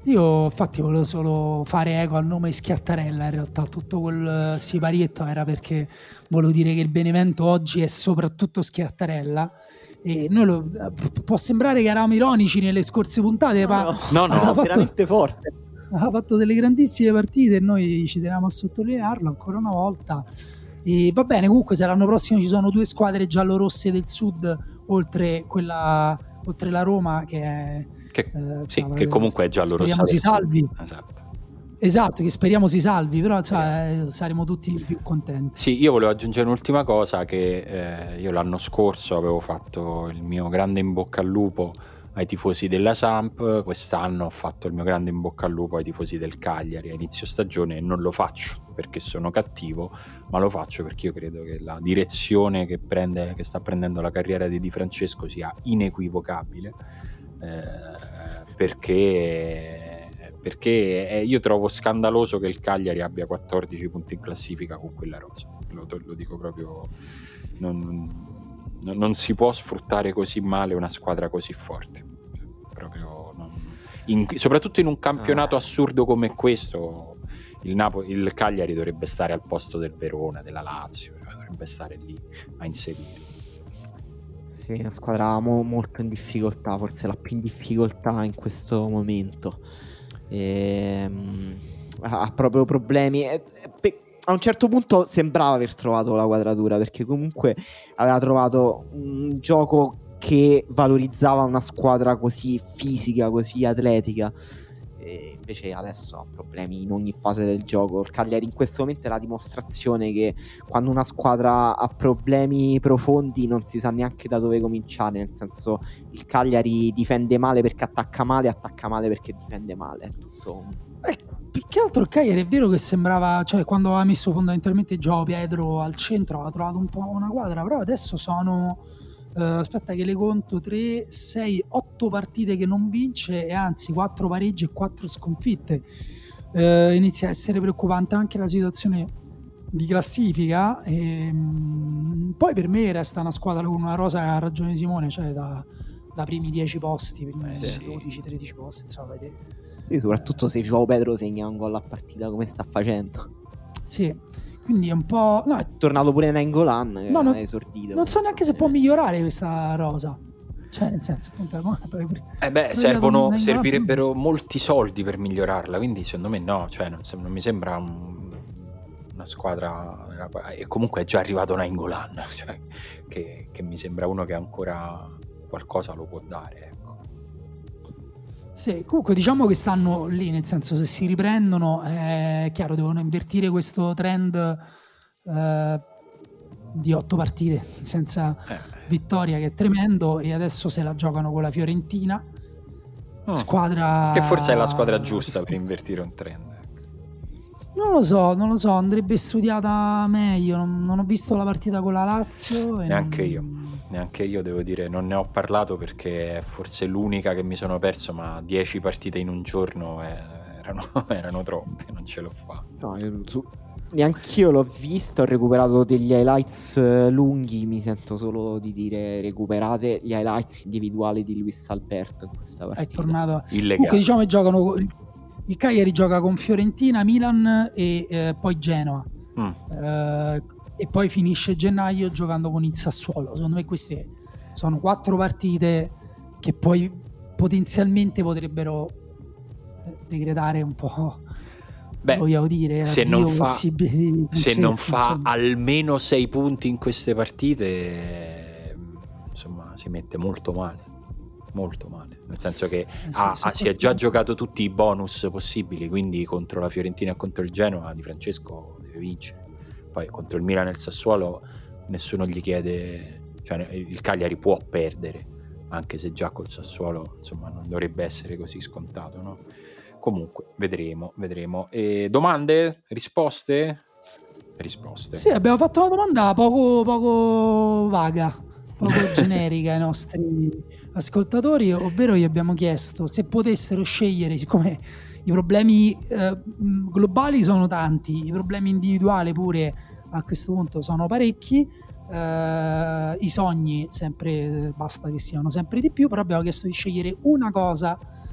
Io infatti volevo solo fare eco al nome Schiattarella, in realtà tutto quel siparietto era perché volevo dire che il Benevento oggi è soprattutto Schiattarella, e noi può sembrare che eravamo ironici nelle scorse puntate, ma No, veramente forte. ha fatto delle grandissime partite e noi ci teniamo a sottolinearlo ancora una volta. E va bene, comunque se l'anno prossimo ci sono 2 squadre giallorosse del sud oltre la Roma che è che comunque è giallorossa, speriamo si salvi. Esatto, che speriamo si salvi, però saremo tutti più contenti. Sì, io volevo aggiungere un'ultima cosa, che io l'anno scorso avevo fatto il mio grande in bocca al lupo ai tifosi della Samp, quest'anno ho fatto il mio grande in bocca al lupo ai tifosi del Cagliari a inizio stagione, e non lo faccio perché sono cattivo, ma lo faccio perché io credo che la direzione che sta prendendo la carriera di Di Francesco sia inequivocabile, perché io trovo scandaloso che il Cagliari abbia 14 punti in classifica con quella rosa, lo dico proprio, non si può sfruttare così male una squadra così forte, proprio soprattutto in un campionato assurdo come questo. Il Cagliari dovrebbe stare al posto del Verona, della Lazio, cioè dovrebbe stare lì a inserire. Sì, una squadra molto in difficoltà, forse la più in difficoltà in questo momento. Ha proprio problemi. A un certo punto sembrava aver trovato la quadratura, perché comunque aveva trovato un gioco che valorizzava una squadra così fisica, così atletica. E invece adesso ha problemi in ogni fase del gioco. Il Cagliari in questo momento è la dimostrazione che quando una squadra ha problemi profondi non si sa neanche da dove cominciare, nel senso, il Cagliari difende male perché attacca male perché difende male, è tutto. Più che altro il Cagliari è vero che sembrava, cioè quando aveva messo fondamentalmente Gioao Pedro al centro aveva trovato un po' una quadra, però adesso sono aspetta che le conto, 3, 6, 8 partite che non vince, e anzi 4 pareggi e 4 sconfitte. Inizia a essere preoccupante anche la situazione di classifica, e poi per me resta una squadra con una rosa, ha ragione Simone, cioè da primi 10 posti, primi 12-13 posti, insomma, sì, soprattutto se Gioao Pedro segna un gol a partita come sta facendo. Sì, quindi è un po'... No, è tornato pure Nainggolan, che è esordito. Non so neanche se può migliorare questa rosa. Cioè, nel senso, appunto... servirebbero molti soldi per migliorarla, quindi secondo me no, cioè non mi sembra una squadra... E comunque è già arrivato Nainggolan, cioè, che mi sembra uno che ancora qualcosa lo può dare, ecco. Sì, comunque diciamo che stanno lì, nel senso, se si riprendono è chiaro, devono invertire questo trend di 8 partite senza vittoria, che è tremendo, e adesso se la giocano con la Fiorentina, squadra che forse è la squadra giusta per invertire un trend. Non lo so, andrebbe studiata meglio, non ho visto la partita con la Lazio e Neanche io devo dire, non ne ho parlato perché è forse l'unica che mi sono perso, ma 10 partite in un giorno erano troppe, non ce l'ho fatta. No, neanch'io l'ho vista, ho recuperato degli highlights lunghi, mi sento solo di dire recuperate gli highlights individuali di Luis Alberto in questa partita. È tornato illegale. Comunque diciamo che giocano, il Cagliari gioca con Fiorentina, Milan e poi Genoa. E poi finisce gennaio giocando con il Sassuolo. Secondo me queste sono 4 partite che poi potenzialmente potrebbero decretare un po', vogliamo dire, se non fa almeno 6 punti in queste partite, insomma, si mette molto male, nel senso che si è già giocato tutti i bonus possibili, quindi contro la Fiorentina e contro il Genoa Di Francesco deve vincere. Poi contro il Milan e il Sassuolo nessuno gli chiede, cioè il Cagliari può perdere, anche se già col Sassuolo insomma non dovrebbe essere così scontato, no? Comunque vedremo. E domande? Risposte? Sì, abbiamo fatto una domanda poco vaga, poco generica ai nostri ascoltatori, ovvero gli abbiamo chiesto se potessero scegliere, siccome i problemi globali sono tanti, i problemi individuali pure a questo punto sono parecchi, i sogni sempre basta che siano sempre di più, però abbiamo chiesto di scegliere una cosa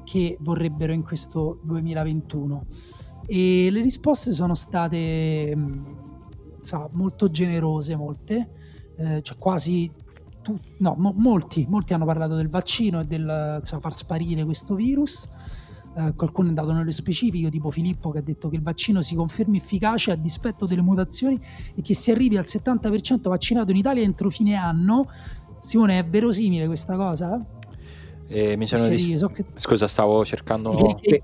perché vorrebbero in questo 2021, e le risposte sono state molto generose, molte, cioè quasi molti hanno parlato del vaccino e del far sparire questo virus. Qualcuno è andato nello specifico, tipo Filippo, che ha detto che il vaccino si confermi efficace a dispetto delle mutazioni e che si arrivi al 70% vaccinato in Italia entro fine anno. Simone, è verosimile questa cosa? Mi sono Scusa, stavo cercando che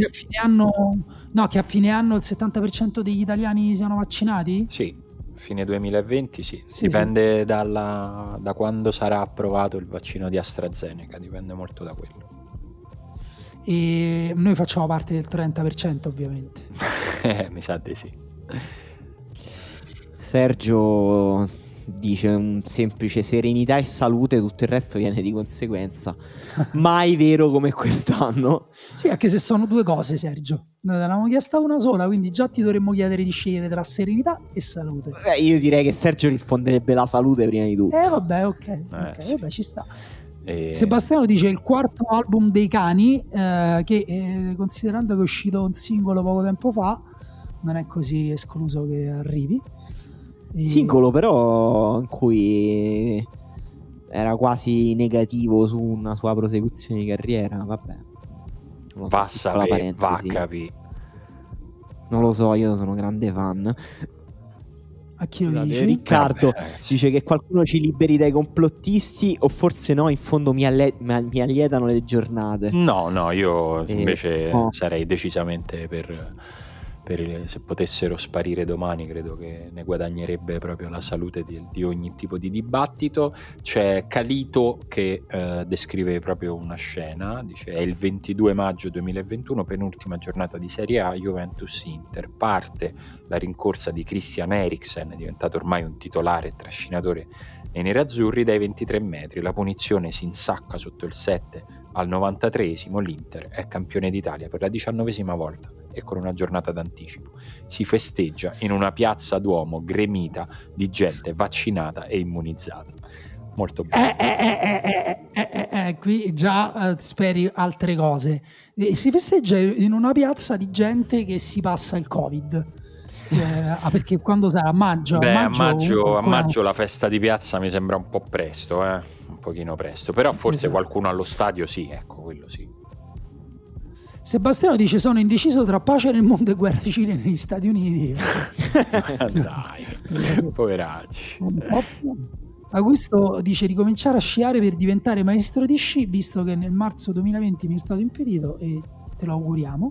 a fine anno il 70% degli italiani siano vaccinati? Sì, fine 2020 sì. Dipende da quando sarà approvato il vaccino di AstraZeneca, dipende molto da quello. E noi facciamo parte del 30%, ovviamente. Mi sa di sì. Sergio dice un semplice serenità e salute, tutto il resto viene di conseguenza. Mai vero come quest'anno. Sì, anche se sono due cose, Sergio. Noi ne avevamo chiesta una sola, quindi già ti dovremmo chiedere di scegliere tra serenità e salute. Io direi che Sergio risponderebbe la salute prima di tutto. Vabbè, ok, sì. Vabbè, ci sta. Sebastiano dice il quarto album dei Cani, che considerando che è uscito un singolo poco tempo fa, non è così escluso che arrivi. Singolo però in cui era quasi negativo su una sua prosecuzione di carriera. Vabbè, va a capire. Non lo so, io sono grande fan. A chi lo dici? Riccardo dice che qualcuno ci liberi dai complottisti, o forse no, in fondo mi allietano le giornate. No, io invece sarei decisamente per se potessero sparire domani, credo che ne guadagnerebbe proprio la salute di ogni tipo di dibattito. C'è Calito che descrive proprio una scena, dice: è il 22 maggio 2021, penultima giornata di Serie A, Juventus-Inter, parte la rincorsa di Christian Eriksen, diventato ormai un titolare e trascinatore nei nerazzurri, dai 23 metri, la punizione si insacca sotto il 7 al 93esimo, l'Inter è campione d'Italia per la 19ª volta e con una giornata d'anticipo. Si festeggia in una piazza Duomo gremita di gente vaccinata e immunizzata. Molto bello. Qui già speri altre cose. Si festeggia in una piazza di gente che si passa il Covid. Perché quando sarà? A maggio la festa di piazza mi sembra un po' presto, un pochino presto, però forse qualcuno allo stadio sì, ecco, quello sì. Sebastiano dice: sono indeciso tra pace nel mondo e guerra civile negli Stati Uniti. Dai, poveracci. Augusto dice: ricominciare a sciare per diventare maestro di sci, visto che nel marzo 2020 mi è stato impedito, e te lo auguriamo.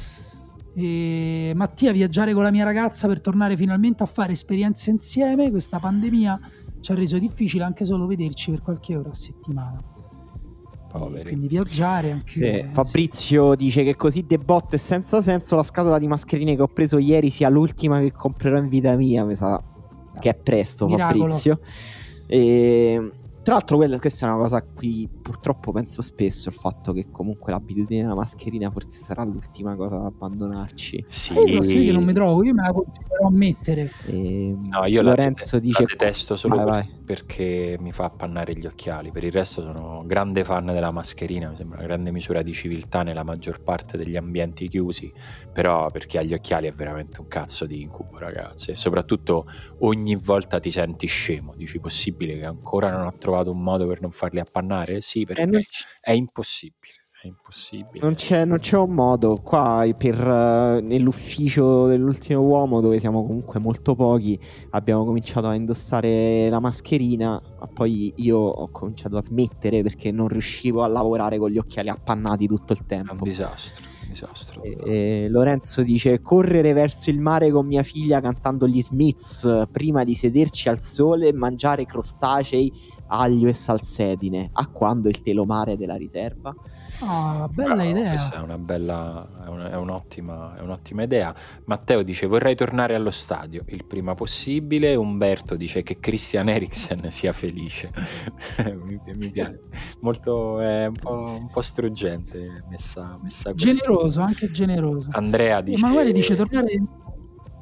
E Mattia: viaggiare con la mia ragazza per tornare finalmente a fare esperienze insieme. Questa pandemia ci ha reso difficile anche solo vederci per qualche ora a settimana. Quindi viaggiare anche. Fabrizio dice che così debotto e senza senso la scatola di mascherine che ho preso ieri sia l'ultima che comprerò in vita mia. Mi sa che è presto. Miracolo. Fabrizio. Tra l'altro questa è una cosa a cui purtroppo penso spesso, il fatto che comunque l'abitudine della mascherina forse sarà l'ultima cosa da abbandonarci. Sì, io lo so che non mi trovo, io me la continuerò a mettere. No, io Lorenzo dice la detesto solo perché mi fa appannare gli occhiali. Per il resto sono grande fan della mascherina, mi sembra una grande misura di civiltà nella maggior parte degli ambienti chiusi, però per chi ha gli occhiali è veramente un cazzo di incubo, ragazzi, e soprattutto ogni volta ti senti scemo, dici: possibile che ancora non ho trovato un modo per non farli appannare? Sì, perché è impossibile. Non c'è un modo qua nell'ufficio dell'ultimo uomo, dove siamo comunque molto pochi. Abbiamo cominciato a indossare la mascherina, ma poi io ho cominciato a smettere perché non riuscivo a lavorare con gli occhiali appannati tutto il tempo. È un disastro. Lorenzo dice: correre verso il mare con mia figlia cantando gli Smiths prima di sederci al sole e mangiare crostacei, aglio e salsedine. A quando il telomare della riserva? Bella idea. Questa è un'ottima idea. Matteo dice: vorrei tornare allo stadio il prima possibile. Umberto dice che Christian Eriksen sia felice. mi piace molto, è un po' struggente messa così. Generoso, anche generoso. Andrea dice: Emanuele dice: tornare.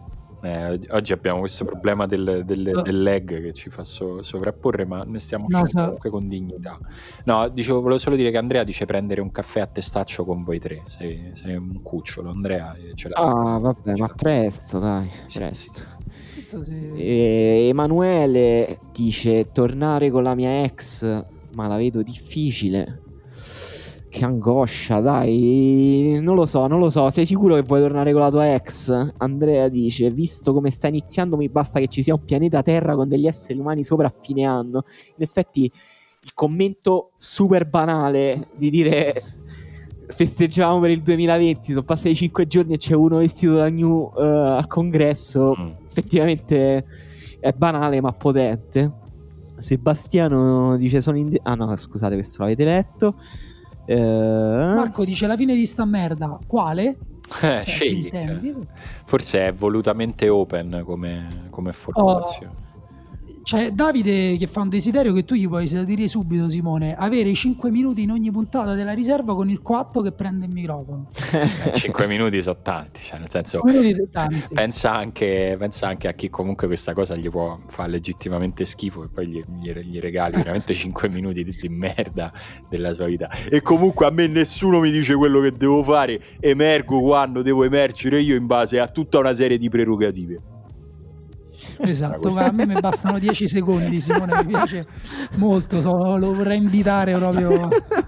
Oggi abbiamo questo problema del lag che ci fa sovrapporre, ma ne stiamo uscendo comunque con dignità. No, dicevo, volevo solo dire che Andrea dice prendere un caffè a testaccio con voi tre. Sei un cucciolo, Andrea. Ce l'ha. Vabbè, ma presto, dai, presto. Sì. Emanuele dice tornare con la mia ex, ma la vedo difficile. Che angoscia, dai, non lo so, sei sicuro che vuoi tornare con la tua ex? Andrea dice, visto come sta iniziando mi basta che ci sia un pianeta Terra con degli esseri umani sopra a fine anno. In effetti il commento super banale di dire festeggiamo per il 2020, sono passati 5 giorni e c'è uno vestito da New al congresso, effettivamente è banale ma potente. Sebastiano dice no, scusate, questo l'avete letto. Marco dice la fine di sta merda quale? Scegli, forse è volutamente open come formulazione. C'è Davide che fa un desiderio che tu gli puoi dire subito, Simone: avere 5 minuti in ogni puntata della riserva con il coatto che prende il microfono. 5 minuti sono tanti, cioè nel senso, pensa anche a chi comunque questa cosa gli può fare legittimamente schifo e poi gli regali veramente 5 minuti di merda della sua vita. E comunque a me nessuno mi dice quello che devo fare, emergo quando devo emergere io in base a tutta una serie di prerogative. Esatto, ma a me mi bastano 10 secondi, Simone, mi piace molto, lo vorrei invitare proprio.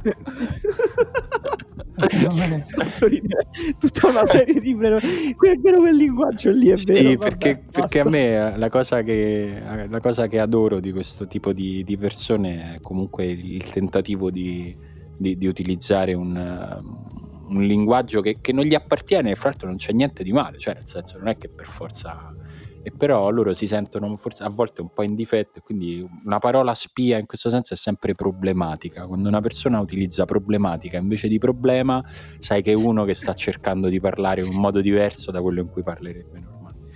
Tutta una serie di è vero, quel linguaggio lì è vero. Sì, perché a me la cosa che adoro di questo tipo di persone è comunque il tentativo di utilizzare un linguaggio che non gli appartiene, e fra l'altro non c'è niente di male, cioè nel senso non è che per forza. E però loro si sentono forse a volte un po' in difetto, e quindi una parola spia in questo senso è sempre problematica. Quando una persona utilizza problematica invece di problema, sai che è uno che sta cercando di parlare in un modo diverso da quello in cui parlerebbe normalmente.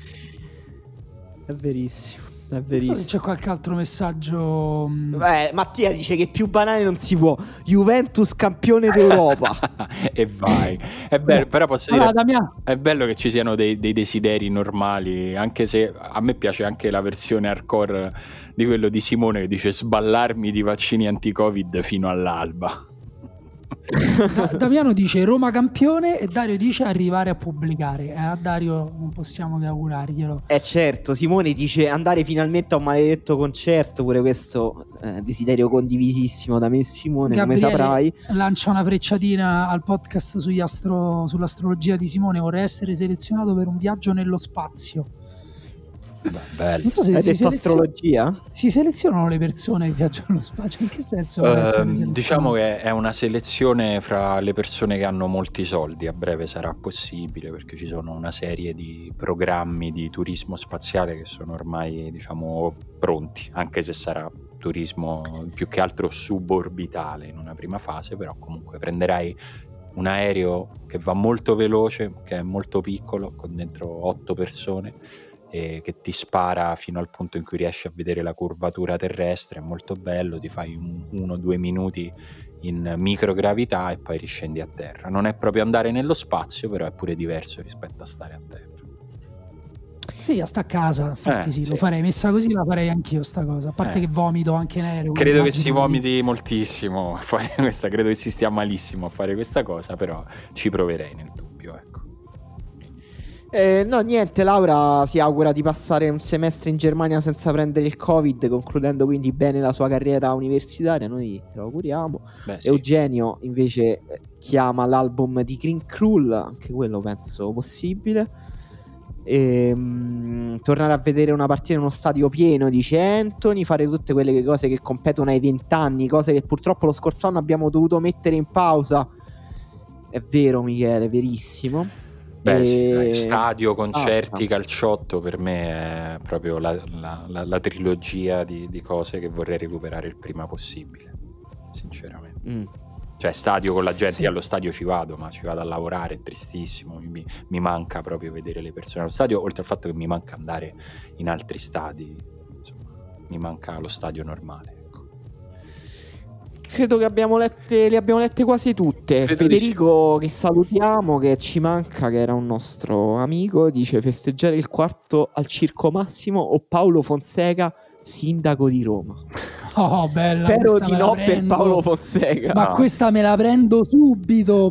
È verissimo. Non so se c'è qualche altro messaggio. Mattia dice che più banale non si può. Juventus campione d'Europa. E vai. È bello, però posso dire, è bello che ci siano dei desideri normali, anche se a me piace anche la versione hardcore di quello di Simone che dice sballarmi di vaccini anti-Covid fino all'alba. Damiano dice Roma campione e Dario dice arrivare a pubblicare. A Dario non possiamo che augurarglielo. Certo, Simone dice andare finalmente a un maledetto concerto, pure questo desiderio condivisissimo da me e Simone. Gabriele, come saprai, lancia una frecciatina al podcast sull'astrologia di Simone. Vorrei essere selezionato per un viaggio nello spazio. Bello. Non so se hai detto astrologia? Si selezionano le persone che viaggiano nello spazio? In che senso? Diciamo che è una selezione fra le persone che hanno molti soldi. A breve sarà possibile, perché ci sono una serie di programmi di turismo spaziale che sono ormai, diciamo, pronti, anche se sarà turismo più che altro suborbitale in una prima fase, però comunque prenderai un aereo che va molto veloce, che è molto piccolo, con dentro 8 persone, e che ti spara fino al punto in cui riesci a vedere la curvatura terrestre. È molto bello, ti fai 1-2 minuti in microgravità e poi riscendi a terra. Non è proprio andare nello spazio, però è pure diverso rispetto a stare a terra. Sì, a sta a casa, infatti sì, lo farei, messa così la farei anch'io sta cosa, a parte che vomito anche in aereo. Credo che si vomiti moltissimo a fare questa, credo che si stia malissimo a fare questa cosa, però ci proverei nel dubbio, ecco. No, niente, Laura si augura di passare un semestre in Germania senza prendere il Covid, concludendo quindi bene la sua carriera universitaria. Noi te lo auguriamo. Sì. Eugenio invece chiama l'album di Green Cruel, anche quello penso possibile. Tornare a vedere una partita in uno stadio pieno, dice Anthony, fare tutte quelle cose che competono ai 20 anni, cose che purtroppo lo scorso anno abbiamo dovuto mettere in pausa. È vero, Michele, verissimo. Sì, stadio, concerti, calciotto per me è proprio la trilogia di cose che vorrei recuperare il prima possibile, sinceramente. Cioè stadio con la gente, sì. Io allo stadio ci vado, ma ci vado a lavorare, è tristissimo, mi manca proprio vedere le persone allo stadio, oltre al fatto che mi manca andare in altri stadi, insomma, mi manca lo stadio normale. credo che le abbiamo lette quasi tutte. Federico, che salutiamo, che ci manca, che era un nostro amico, dice: festeggiare il quarto al Circo Massimo o Paolo Fonseca, sindaco di Roma. Oh, bella. Spero di no per Paolo Fonseca. Ma questa me la prendo subito.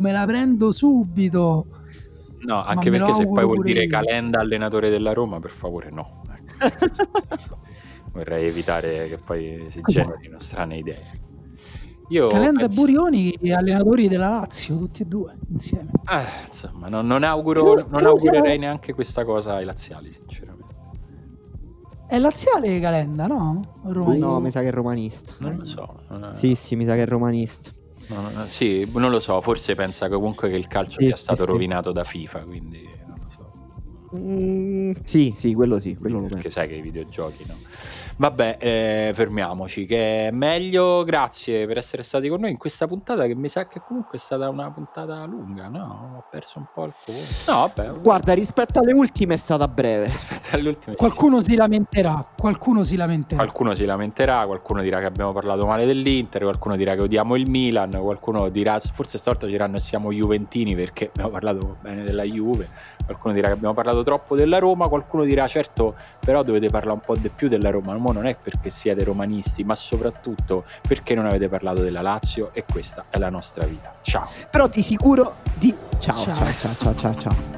No, anche perché se poi vuol dire Calenda allenatore della Roma, per favore no. Vorrei evitare che poi si generino strane idee. Calenda e Burioni, allenatori della Lazio, tutti e due insieme. Insomma, non augurerei neanche questa cosa ai laziali, sinceramente. È laziale Calenda, no? No, mi sa che è romanista. Non lo so. Sì, mi sa che è romanista. Sì, non lo so, forse pensa comunque che il calcio sia stato rovinato da FIFA, quindi non lo so. Sì, quello lo penso. Perché sai che i videogiochi, no? Vabbè, fermiamoci, che è meglio. Grazie per essere stati con noi in questa puntata, che mi sa che comunque è stata una puntata lunga, no? Ho perso un po' il conto. No, vabbè. Guarda, rispetto alle ultime è stata breve. Qualcuno si lamenterà. Qualcuno si lamenterà, qualcuno dirà che abbiamo parlato male dell'Inter, qualcuno dirà che odiamo il Milan, qualcuno dirà, forse stavolta diranno siamo juventini perché abbiamo parlato bene della Juve, qualcuno dirà che abbiamo parlato troppo della Roma, qualcuno dirà certo, però dovete parlare un po' di più della Roma. Ma non è perché siete romanisti, ma soprattutto perché non avete parlato della Lazio, e questa è la nostra vita. Ciao. Però di sicuro ciao.